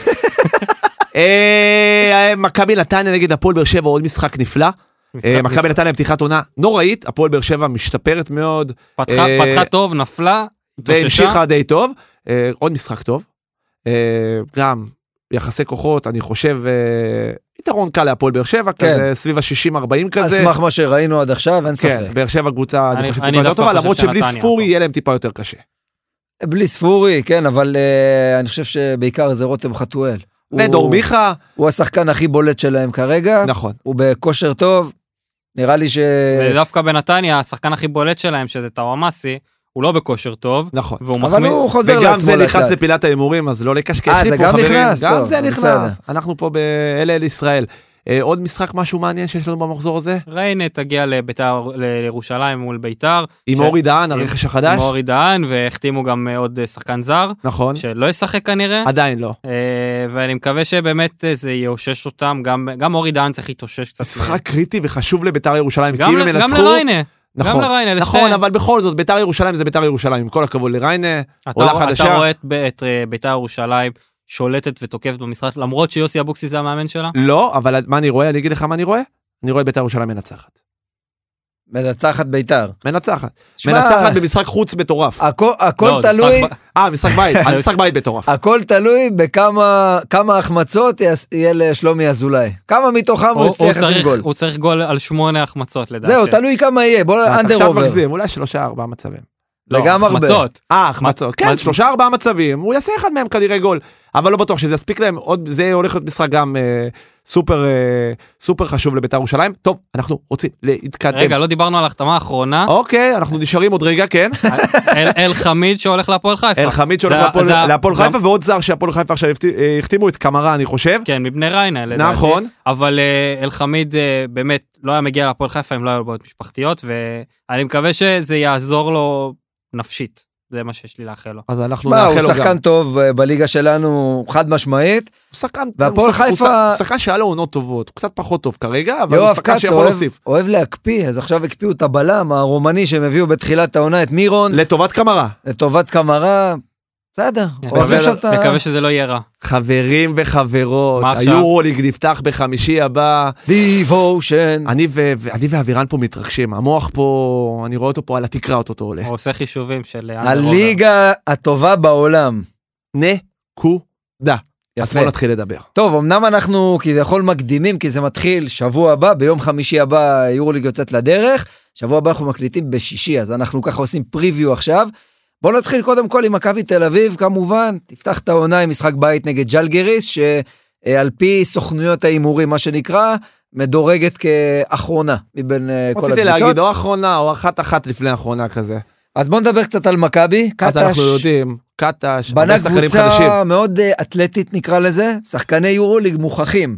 מכבי נתניה נגד הפועל באר שבע, עוד משחק נפלא. מכבי נתניה פתיחת עונה נוראית, הפועל באר שבע משתפרת מאוד. פתחה טוב, נפלה, והמשיכה די טוב. עוד משחק טוב, גם יחסי כוחות, אני חושב, יתרון קל להפועל באר שבע, כזה סביב ה-60-40 כזה. על סמך מה שראינו עד עכשיו, אין ספק. באר שבע קבוצה, אני חושב טיפה יותר טובה, למרות שבלי ספורי יהיה להם טיפה יותר קשה. בלי ספורי, כן, אבל אני חושב שבעיקר זה רותם חתואל. ודור מיכה. הוא השחקן הכי בולט שלהם כרגע. נכון. הוא בכושר טוב, נראה לי ודווקא בנתניה, השחקן הכי בולט שלהם, שזה טאוואמאסי, הוא לא בכושר טוב, נכון. אבל הוא חוזר לעצמו. וגם זה נכנס לפילת האימורים, אז לא לקשקש לי פה חברים. גם זה נכנס, אנחנו פה באל ישראל. עוד משחק משהו מעניין שיש לנו במחזור הזה? ריינה תגיע לירושלים מול ביתר. עם אורי דהן, הרכש החדש? עם אורי דהן, והחתימו גם עוד שחקן זר. נכון. שלא ישחק כנראה. עדיין לא. ואני מקווה שבאמת זה יאושש אותם, גם אורי דהן צריך להתאושש קצת. משחק קריטי וחשוב לביתר ירושלים. גם לריינה. נכון, נכון, אבל בכל זאת, ביתר ירושלים זה ביתר ירושלים, עם כל הכבוד לריינה, עולה חדשה. אתה רואה את ביתר ירושלים שולטת ותוקפת במשחק, למרות שיוסי אבוקסיס זה המאמן שלה? לא, אבל מה אני רואה? אני אגיד לך מה אני רואה? אני רואה ביתר ירושלים מנצחת. מנצחת ביתר. מנצחת. מנצחת במשחק חוץ מטורף. הכל תלוי... משחק בית. משחק בית מטורף. הכל תלוי בכמה החמצות יהיה לשלומי אזולאי. כמה מתוכם הוא יצליח לשים גול. הוא צריך גול על 8 החמצות לדעתי. זהו, תלוי כמה יהיה. בוא אנדר אובר. אולי 3-4 מצבים. זה גם הרבה. החמצות. כן, 3-4 מצבים. הוא יעשה אחד מהם כנראה גול. אבל לא בטוח שזה יספיק להם. זה הולך להיות משחק גם סופר חשוב לביתר ירושלים. טוב, אנחנו רוצים להתקדם. רגע, לא דיברנו על החתמה האחרונה. אוקיי, אנחנו נשארים עוד רגע, כן. אל חמיד שהולך להפועל חיפה. אל חמיד שהולך להפועל חיפה, ועוד זר שהפועל חיפה עכשיו החתימו את קמרה, אני חושב. כן, מבני ריינה, לדעתי. נכון. אבל אל חמיד באמת לא היה מגיע להפועל חיפה אם לא היו בעיות משפחתיות, ואני מקווה שזה יעזור לו נפשית. זה מה שיש לי לאחל לו. אז אנחנו נאחל לו גם. הוא שחקן טוב בליגה שלנו, חד משמעית. והפועל חיפה... הוא שחקן שהיה לו עונות טובות, הוא קצת פחות טוב כרגע, אבל הוא שחקן שיכול להוסיף. אוהב להקפיא, אז עכשיו הקפיאו את הבלם הרומני שהם הביאו בתחילת העונה, את מירון. לטובת קמרה. בסדר. מקווה שזה לא יהיה רע. חברים וחברות, היורוליג נפתח בחמישי הבא. דיבושן. אני ואבירן פה מתרגשים, המוח פה, אני רואה אותו פה על התקרה, אותו עולה. הוא עושה חישובים של... הליגה הטובה בעולם. נקודה. יפה. בוא נתחיל לדבר. טוב, אמנם אנחנו כביכול מקדימים, כי זה מתחיל שבוע הבא, ביום חמישי הבא היורוליג יוצאת לדרך, שבוע הבא אנחנו מקליטים בשישי, אז אנחנו ככה עושים פריוויו עכשיו. בואו נתחיל קודם כל עם מכבי תל אביב, כמובן, תפתח את העונה עם משחק בית נגד ג'לגיריס, שעל פי סוכנויות האימורים, מה שנקרא, מדורגת כאחרונה מבין כל הקבוצות. רציתי להגיד, או אחרונה, או אחת לפני האחרונה כזה. אז בואו נדבר קצת על מכבי. אז אנחנו יודעים, קטש, בנה קבוצה מאוד אתלטית נקרא לזה, שחקני יורוליג מוכחים.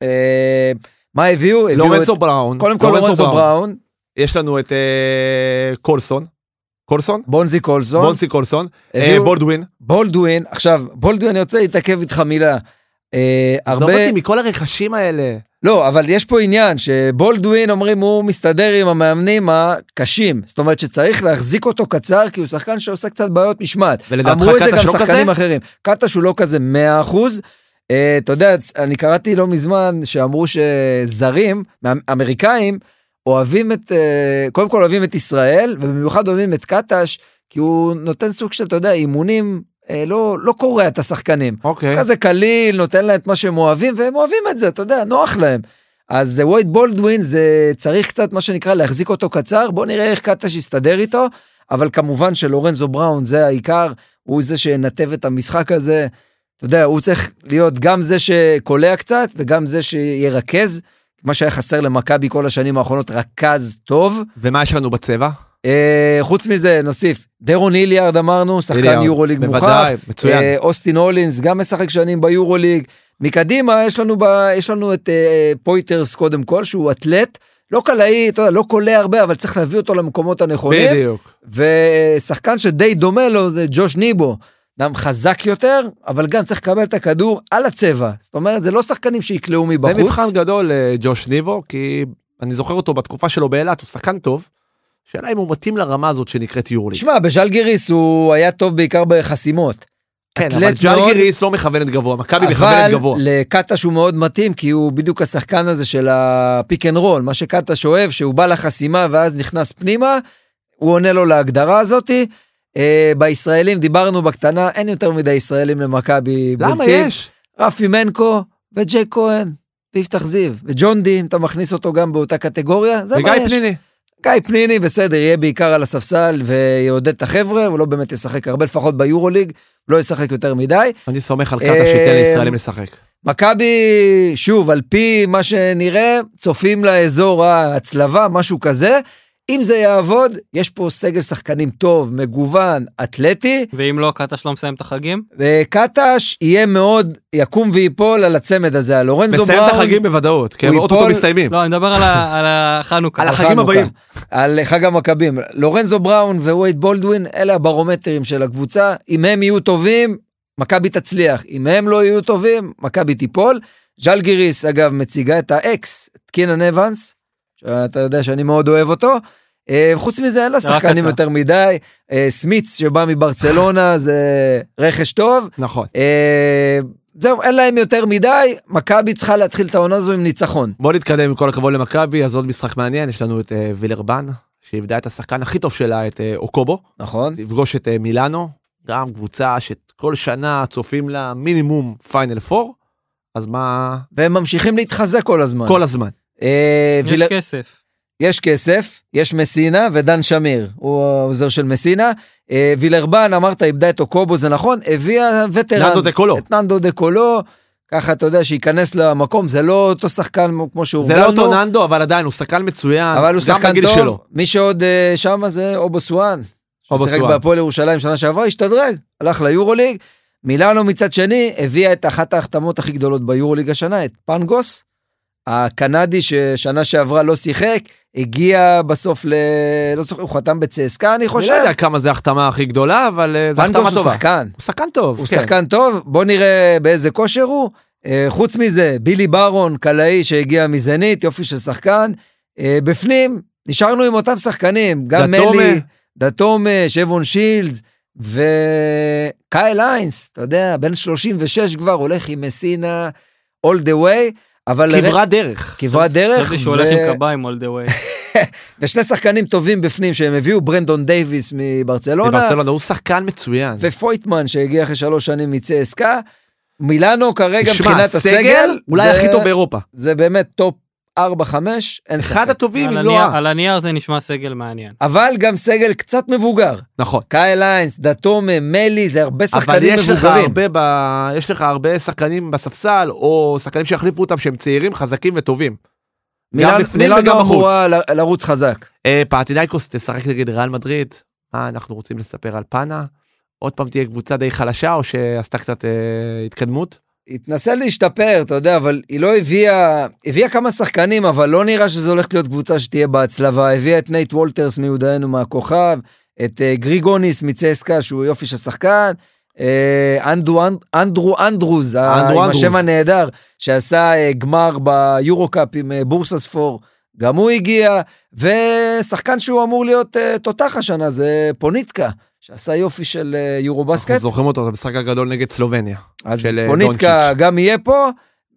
מה הביאו? לורנסו בראון. קודם כל לורנסו בראון. יש לנו את קולסון. בונזי קולסון. בולדווין. עכשיו, בולדווין יוצא להתעכב איתך מילה. הרבה... לא באתי מכל הרכשים האלה. לא, אבל יש פה עניין שבולדווין אומרים הוא מסתדר עם המאמנים הקשים. זאת אומרת שצריך להחזיק אותו קצר, כי הוא שחקן שעושה קצת בעיות משמעת. אמרו את זה גם שחקנים אחרים. קטש הוא לא כזה 100%. אתה יודע, אני קראתי לא מזמן שאמרו שזרים, אמריקאים, אוהבים קודם כל אוהבים את ישראל, ובמיוחד אוהבים את קטש, כי הוא נותן סוג של, אתה יודע, אימונים, לא קורא את השחקנים. אוקיי. כזה קליל, נותן להם את מה שהם אוהבים, והם אוהבים את זה, אתה יודע, נוח להם. אז ווייד בולדווין, זה צריך קצת מה שנקרא להחזיק אותו קצר, בוא נראה איך קטש יסתדר איתו, אבל כמובן שלורנזו בראון זה העיקר, הוא זה שנתב את המשחק הזה, אתה יודע, הוא צריך להיות גם זה שקולע קצת, וגם זה שירכז, מה שהיה חסר למכבי כל השנים האחרונות, רכז טוב. ומה יש לנו בצבע? חוץ מזה נוסיף, דרון איליארד אמרנו, שחקן יורוליג מוכח, אוסטין הולינס גם משחק שנים ביורוליג, מקדימה יש לנו את פויטרס קודם כל, שהוא אתלט, לא קלעי, אתה יודע, לא קולע הרבה, אבל צריך להביא אותו למקומות הנכונים. בדיוק. ושחקן שדי דומה לו זה ג'וש ניבו, גם חזק יותר, אבל גם צריך לקבל את הכדור על הצבע. זאת אומרת, זה לא שחקנים שיקלעו מבחוץ. זה מבחן גדול ג'וש ניבו, כי אני זוכר אותו בתקופה שלו באילת, הוא שחקן טוב. שאלה אם הוא מתאים לרמה הזאת שנקראת יורוליג. תשמע, בז'לגיריס הוא היה טוב בעיקר בחסימות. כן, אבל ז'לגיריס לא מכוונת גבוה, מכבי מכוונת גבוה. אבל לקטש הוא מאוד מתאים, כי הוא בדיוק השחקן הזה של הפיק אנד רול, מה שקטש אוהב, שהוא בא לחסימה ואז נכנס פנימה, הוא עונה לו להגדרה הזאת. בישראלים דיברנו בקטנה, אין יותר מדי ישראלים למכבי. למה יש? רפי מנקו וג'יי כהן, ויפתח זיו, וג'ון די, אתה מכניס אותו גם באותה קטגוריה, זה מה יש. וגיא פניני. גיא פניני, בסדר, יהיה בעיקר על הספסל ויעודד את החבר'ה, הוא לא באמת ישחק הרבה, לפחות ביורוליג, לא ישחק יותר מדי. אני סומך על קטש שייתן לישראלים לשחק. מכבי, שוב, על פי מה שנראה, צופים לאזור ההצלבה, משהו כזה. אם זה יעבוד, יש פה סגל שחקנים טוב, מגוון, אתלטי. ואם לא, קטש לא מסיים את החגים? וקטש יהיה מאוד, יקום ויפול על הצמד הזה, על לורנזו בראון. מסיים את החגים בוודאות, כי הם אוטוטו מסתיימים. לא, אני מדבר על החנוכה. על החגים הבאים. על חג המכבים. לורנזו בראון ווייד בולדווין, אלה הברומטרים של הקבוצה. אם הם יהיו טובים, מכבי תצליח. אם הם לא יהיו טובים, מכבי תיפול. ז'לגיריס, אגב, מציגה את האקס, את קינן אבנס, אתה יודע שאני מאוד אוהב אותו. חוץ מזה, אין לה שחקנים יותר מדי. סמיץ שבא מברצלונה, זה רכש טוב. נכון. זהו, אין להם יותר מדי. מכבי צריכה להתחיל את העונה הזו עם ניצחון. בוא נתקדם עם כל הכבוד למכבי, אז עוד משחק מעניין, יש לנו את וילרבן, שהבדה את השחקן הכי טוב שלה, את אוקובו. נכון. תפגוש את מילאנו, גם קבוצה שכל שנה צופים לה מינימום פיינל 4, אז מה... והם ממשיכים להתחזק כל הזמן. כל הזמן. יש כסף. יש כסף, יש מסינה ודן שמיר, הוא העוזר של מסינה. וילרבן, אמרת, איבדה את אוקובו, זה נכון, הביאה וטרן. ננדו דקולו. את ננדו דקולו, ככה אתה יודע שיכנס למקום, זה לא אותו שחקן כמו שהורגלנו. זה לא אותו ננדו, אבל עדיין הוא שחקן מצוין. אבל הוא שחקן טוב, שלו. מי שעוד שם זה אובוסואן. ששחק בהפועל ירושלים שנה שעברה, השתדרג, הלך ליורוליג. מילאנו מצד שני, הביאה את אחת ההחתמות הכי גדולות ביורוליג השנה, את פנגוס. הקנדי ששנה שעברה לא שיחק, הגיע בסוף לא זוכר, הוא חתם בצסקה, אני חושב. אני לא יודע כמה זה החתמה הכי גדולה, אבל זה החתמה טובה. הוא שחקן. הוא שחקן טוב. הוא שחקן טוב, בוא נראה באיזה כושר הוא. חוץ מזה, בילי ברון, קלעי שהגיע מזנית, יופי של שחקן. בפנים, נשארנו עם אותם שחקנים, גם מלי, דתומה, שבון שילדס, וקייל איינס, אתה יודע, בן 36 כבר, הולך עם מסינה, all the way, אבל... כברת דרך. כברת דרך. חשבתי שהוא הולך עם קביים all the way. ושני שחקנים טובים בפנים שהם הביאו, ברנדון דייביס מברצלונה. מברצלונה, הוא שחקן מצוין. ופויטמן שהגיע אחרי 3 שנים מצסקה. מילאנו כרגע מבחינת הסגל. אולי הכי טוב באירופה. זה באמת טופ 4-5, אין ספק. אחד הטובים, אם לא... על הנייר זה נשמע סגל מעניין. אבל גם סגל קצת מבוגר. נכון. קייל איינס, דתומה, מלי, זה הרבה שחקנים מבוגרים. אבל יש לך הרבה שחקנים בספסל, או שחקנים שיחליפו אותם שהם צעירים, חזקים וטובים. גם בפנים וגם בחוץ. אמורה לרוץ חזק. פאטינאיקוס תשחק נגד ריאל מדריד. אנחנו רוצים לספר על פאנה. עוד פעם תהיה קבוצה די חלשה, או שעשתה קצת התקדמות? התנסה להשתפר, אתה יודע, אבל היא לא הביאה כמה שחקנים, אבל לא נראה שזה הולך להיות קבוצה שתהיה בהצלבה. הביאה את נייט וולטרס מיודענו מהכוכב, את גריגוניס מצסקה, שהוא יופי של שחקן, אנדרו אנדרוז, עם השם הנהדר, שעשה גמר ביורוקאפ עם בורסספור, גם הוא הגיע, ושחקן שהוא אמור להיות תותח השנה, זה פוניטקה, שעשה יופי של יורובסקט. אנחנו זוכרים אותו, זה משחק הגדול נגד סלובניה. אז פוניטקה גם יהיה פה,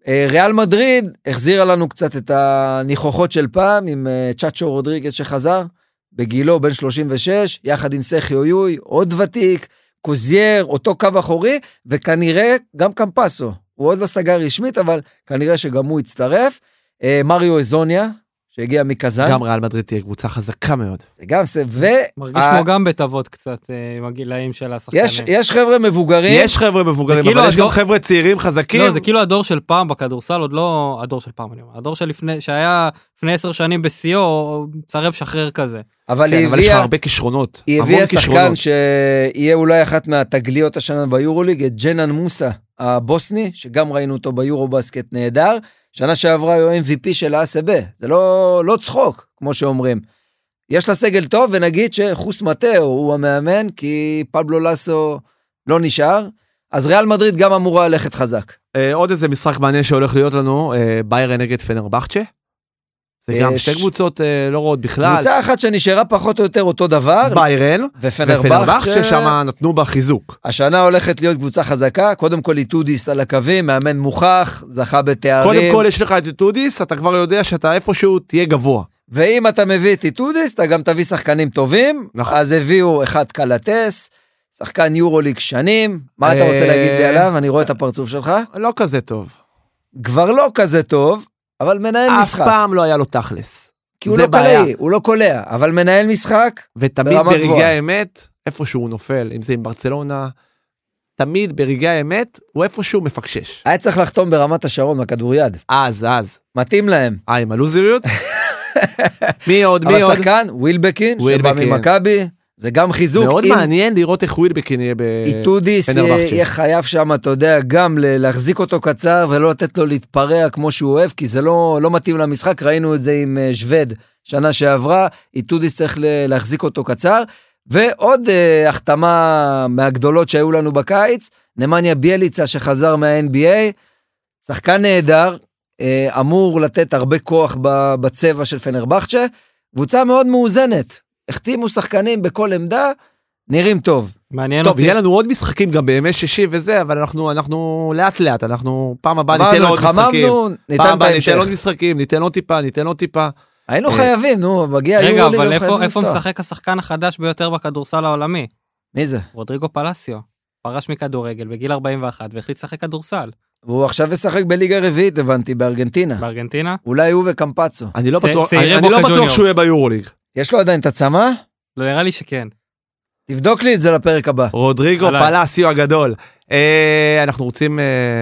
ריאל מדריד החזירה לנו קצת את הניחוחות של פעם, עם צ'אצ'ו רודריגז שחזר, בגילו בן 36, יחד עם סרחיו יוי, עוד ותיק, קוזייר, אותו קו אחורי, וכנראה גם קמפסו. הוא עוד לא סגר רשמית, אבל כנראה שגם הוא יצטרף. מריו אזוניה, שהגיע מקזן. גם ריאל מדריד תהיה קבוצה חזקה מאוד. זה גם זה, מרגיש כמו גם בתוות קצת, עם הגילאים של השחקנים. יש חבר'ה מבוגרים. יש חבר'ה מבוגרים, כאילו אבל יש גם חבר'ה צעירים חזקים. לא, זה כאילו הדור של פעם בכדורסל, עוד לא הדור של פעם, הדור שהיה לפני 10 שנים בסיוע, צרב שחרר כזה. אבל כן, אבל יש לך הרבה כישרונות. היא הביאה שחקן שיהיה אולי אחת מהתגליות השנה ביורוליג, את ג'נן מוסה הבוסני, שגם ראינו אותו ביורובסקט נהדר, שנה שעברה הוא MVP של ה-ACB, זה לא צחוק, כמו שאומרים. יש לה סגל טוב, ונגיד שחוס מטאו הוא המאמן, כי פבלו לסו לא נשאר, אז ריאל מדריד גם אמורה ללכת חזק. עוד איזה משחק מעניין שהולך להיות לנו, ביירן נגד פנרבחצ'ה. זה גם שתי קבוצות לא רואות בכלל. קבוצה אחת שנשארה פחות או יותר אותו דבר. ביירן ופנרבחצ'ה שם נתנו בה חיזוק. השנה הולכת להיות קבוצה חזקה, קודם כל איטודיס על הקווים, מאמן מוכח, זכה בתארים. קודם כל יש לך את איטודיס, אתה כבר יודע שאתה איפשהו תהיה גבוה. ואם אתה מביא את איטודיס, אתה גם תביא שחקנים טובים, אז הביאו אחד קלטס, שחקן יורוליג שנים, מה אתה רוצה להגיד לי עליו? אני רואה את הפרצוף שלך. לא כזה טוב. כבר לא כזה טוב, אבל מנהל משחק. אף פעם לא היה לו תכלס. כי הוא לא קולע, הוא לא קולע, אבל מנהל משחק ותמיד ברגעי האמת, איפשהו הוא נופל, אם זה עם ברצלונה, תמיד ברגעי האמת, הוא איפשהו מפקשש. היה צריך לחתום ברמת השרון, בכדוריד. אז. מתאים להם. עם הלוזריות? מי עוד? אבל שחקן, ווילבקין, שבא ממכבי, זה גם חיזוק. מאוד מעניין לראות איך ווילבקין יהיה בפנרבחצ'ה. איטודיס יהיה חייב שם, אתה יודע, גם להחזיק אותו קצר, ולא לתת לו להתפרע כמו שהוא אוהב, כי זה לא מתאים למשחק, ראינו את זה עם שווד, שנה שעברה, איטודיס צריך להחזיק אותו קצר, ועוד החתמה מהגדולות שהיו לנו בקיץ, נמניה ביאליצה שחזר מה-NBA, שחקן נהדר, אמור לתת הרבה כוח בצבע של פנרבחצ'ה, קבוצה מאוד מאוזנת, החתימו שחקנים בכל עמדה, נראים טוב. מעניין טוב, אותי. יהיה לנו עוד משחקים גם בימי שישי וזה, אבל אנחנו לאט לאט, אנחנו פעם הבאה ניתן עוד משחקים. פעם הבאה ניתן עוד משחקים, ניתן עוד טיפה. היינו חייבים, נו, מגיע יורוליג. רגע, אבל איפה משחק השחקן החדש ביותר בכדורסל העולמי? מי זה? רודריגו פלסיו. פרש מכדורגל בגיל 41 והחליט לשחק כדורסל. והוא עכשיו ישחק בליגה רביעית, הבנתי, בארגנטינה. בארגנטינה? אולי הוא וקמפצו. אני לא בטוח שהוא יהיה ביורוליג. יש לו עדיין את הצמה? לא, נראה לי שכן. תבדוק לי את זה לפרק הבא. רודריגו פלסיו הגדול. אנחנו רוצים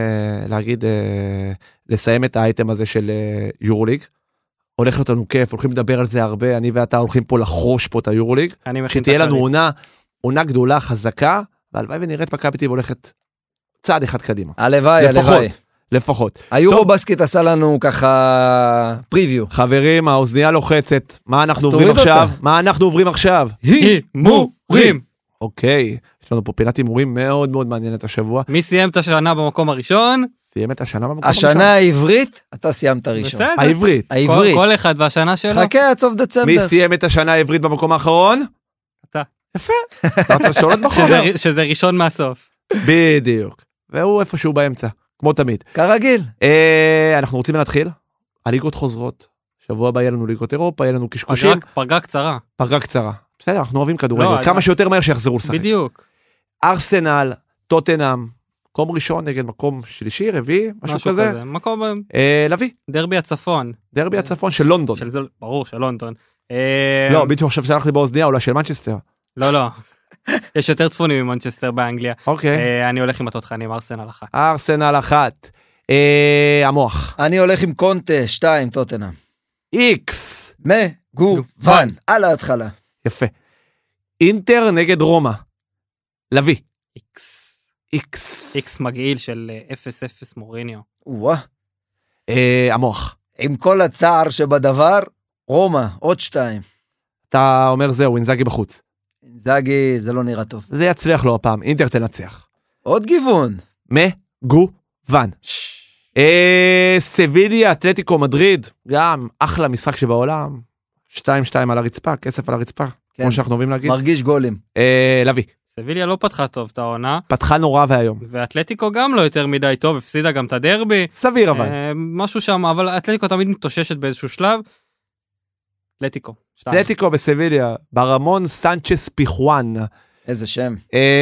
לסיים את האייטם הזה של יורוליג. הולך אותנו כיף, הולכים לדבר על זה הרבה, אני ואתה הולכים פה לחרוש פה את היורוליג. שתהיה לנו עונה גדולה, חזקה, והלוואי ונראית מכבי תל אביב הולכת צעד אחד קדימה. הלוואי. לפחות. היורובסקט עשה לנו ככה פריוויו. חברים, האוזניה לוחצת. מה אנחנו עוברים עכשיו? הימורים. אוקיי, יש לנו פה פינת הימורים מאוד מאוד מעניינת השבוע. מי סיים את השנה במקום הראשון? סיים את השנה במקום הראשון. השנה העברית, אתה סיימת ראשון. בסדר. העברית. כל אחד והשנה שלו. חכה עד סוף דצמבר. מי סיים את השנה העברית במקום האחרון? אתה. יפה. אתה שולט בחומר. שזה ראשון מהסוף. בדיוק. והוא איפשהו באמצע. כמו תמיד. כרגיל. אנחנו רוצים להתחיל. הליגות חוזרות. שבוע הבא יהיה לנו ליגות אירופה, יהיה לנו קשקושים. פגרה קצרה. פגרה קצרה. בסדר, אנחנו אוהבים כדורגל. כמה שיותר מהר שיחזרו לשחק. בדיוק. ארסנל, טוטנהאם, מקום ראשון נגד מקום שלישי, רביעי, משהו כזה. מקום... לביא. דרבי הצפון. דרבי הצפון של לונדון. ברור, של לונדון. לא, בדיוק עכשיו שלח לי באוזניה, אולי של מנצ'סטר. לא. יש יותר צפונים ממנצ'סטר באנגליה. אוקיי. אני הולך עם התותחנים, ארסנל 1. ארסנל 1. המוח. אני הולך עם קונטה 2, טוטנהאם. איקס. מגוון. על ההתחלה. יפה. אינטר נגד רומא. לביא. איקס מגעיל של 0-0 מוריניו. המוח. עם כל הצער שבדבר, רומא, עוד 2. אתה אומר זהו, אינזאגי בחוץ. אינזאגי, זה לא נראה טוב. זה יצליח לו הפעם, אינטר תנצח. עוד גיוון. מגוון. סביליה, אתלטיקו מדריד, גם אחלה משחק שבעולם. 2-2 על הרצפה, כסף על הרצפה, כמו שאנחנו אוהבים להגיד. מרגיש גולים. לביא. סביליה לא פתחה טוב את העונה. פתחה נורא והיום. ואתלטיקו גם לא יותר מדי טוב, הפסידה גם את הדרבי. סביר אבל. משהו שם, אבל אתלטיקו תמיד מתאוששת באיזשהו שלב. אתלטיקו בסביליה, ברמון סנצ'ס פיחואן. איזה שם.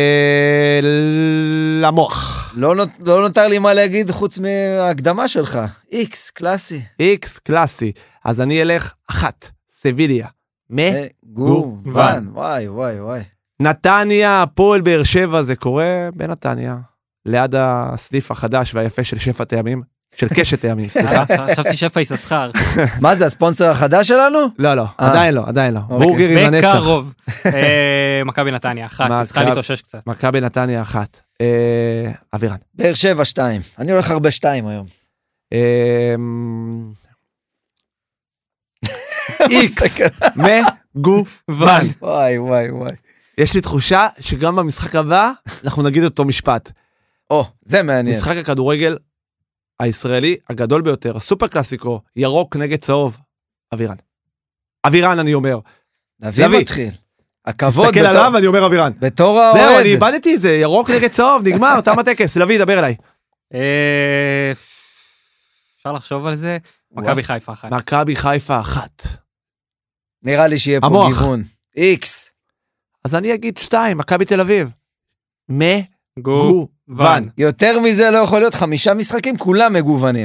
למוח. לא נותר לי מה להגיד חוץ מההקדמה שלך. איקס, קלאסי. איקס, קלאסי. אז אני אלך 1, סביליה. מגוון. וואי. נתניה, הפועל באר שבע, זה קורה בנתניה. ליד הסניף החדש והיפה של שפע טעמים. של קשת טעמים, סליחה. חשבתי שפע יששכר. מה זה, הספונסר החדש שלנו? לא, עדיין לא. בורגרים לנצח. בקרוב. מכבי נתניה 1, צריכה להתאושש קצת. מכבי נתניה 1. אבירן. באר שבע 2. אני הולך הרבה 2 היום. איקס. מגוון. וואי. יש לי תחושה שגם במשחק הבא אנחנו נגיד אותו משפט. זה מעניין. משחק הכדורגל הישראלי הגדול ביותר, הסופר קלאסיקו, ירוק נגד צהוב, אבירן אני אומר. נביא מתחיל. הכבוד תסתכל עליו ואני אומר אבירן. בתור האוהד. זהו, אני איבדתי את זה, ירוק נגד צהוב, נגמר, תם הטקס, לוי, דבר אליי. אפשר לחשוב על זה, מכבי חיפה 1. מכבי חיפה 1. נראה לי שיהיה פה גיוון. איקס. אז אני אגיד 2, מכבי תל אביב. מגוון. יותר מזה לא יכול להיות 5 משחקים, כולם מגוונים.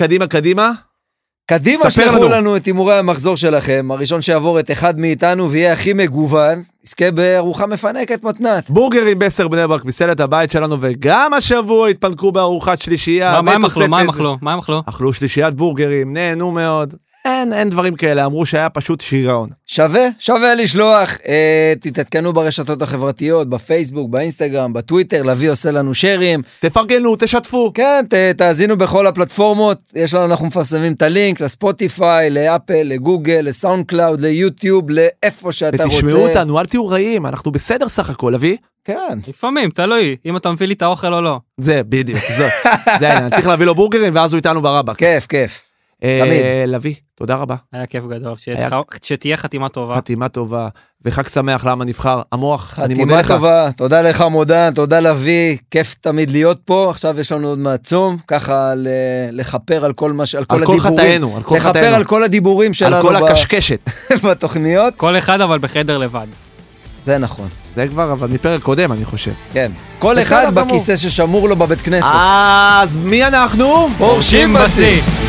קדימה שלחו לנו את הימורי המחזור שלכם, הראשון שיעבור את אחד מאיתנו ויהיה הכי מגוון, יזכה בארוחה מפנקת מתנת. בורגרים ב10 בני ברק, מסלת הבית שלנו, וגם השבוע התפנקו בארוחת שלישייה. מה הם אכלו? אכלו שלישיית בורגרים, נהנו מאוד. אין דברים כאלה, אמרו שהיה פשוט שיגעון. שווה לשלוח, תתעדכנו ברשתות החברתיות, בפייסבוק, באינסטגרם, בטוויטר, לוי עושה לנו שרים. תפרגנו, תשתפו. כן, תאזינו בכל הפלטפורמות, אנחנו מפרסמים את הלינק לספוטיפיי, לאפל, לגוגל, לסאונד קלאוד, ליוטיוב, לאיפה שאתה רוצה. ותשמעו אותנו, אל תהיו רעים, אנחנו בסדר סך הכל, לוי? כן. לפעמים, תלוי, אם אתה מביא לי את האוכל או לא. זה, בדיוק, זה, אני צריך להביא לו בורגרים, ואז הוא איתנו ברבק. כיף. לוי, תודה רבה. היה כיף גדול, שתהיה חתימה טובה. חתימה טובה, וחג שמח למה נבחר המוח, אני מודה לך. חתימה טובה, תודה לך מודן, תודה לוי, כיף תמיד להיות פה, עכשיו יש לנו עוד מעצום, ככה לחפר על כל הדיבורים. חטאינו, על כל חטאינו. לחפר על כל הדיבורים שלנו. על כל הקשקשת. בתוכניות. כל אחד אבל בחדר לבד. זה נכון. זה כבר, אבל מפרק קודם אני חושב. כן. כל אחד בכיסא ששמור לו בבית כנסת. אז מי אנחנו? אורשים בשיא.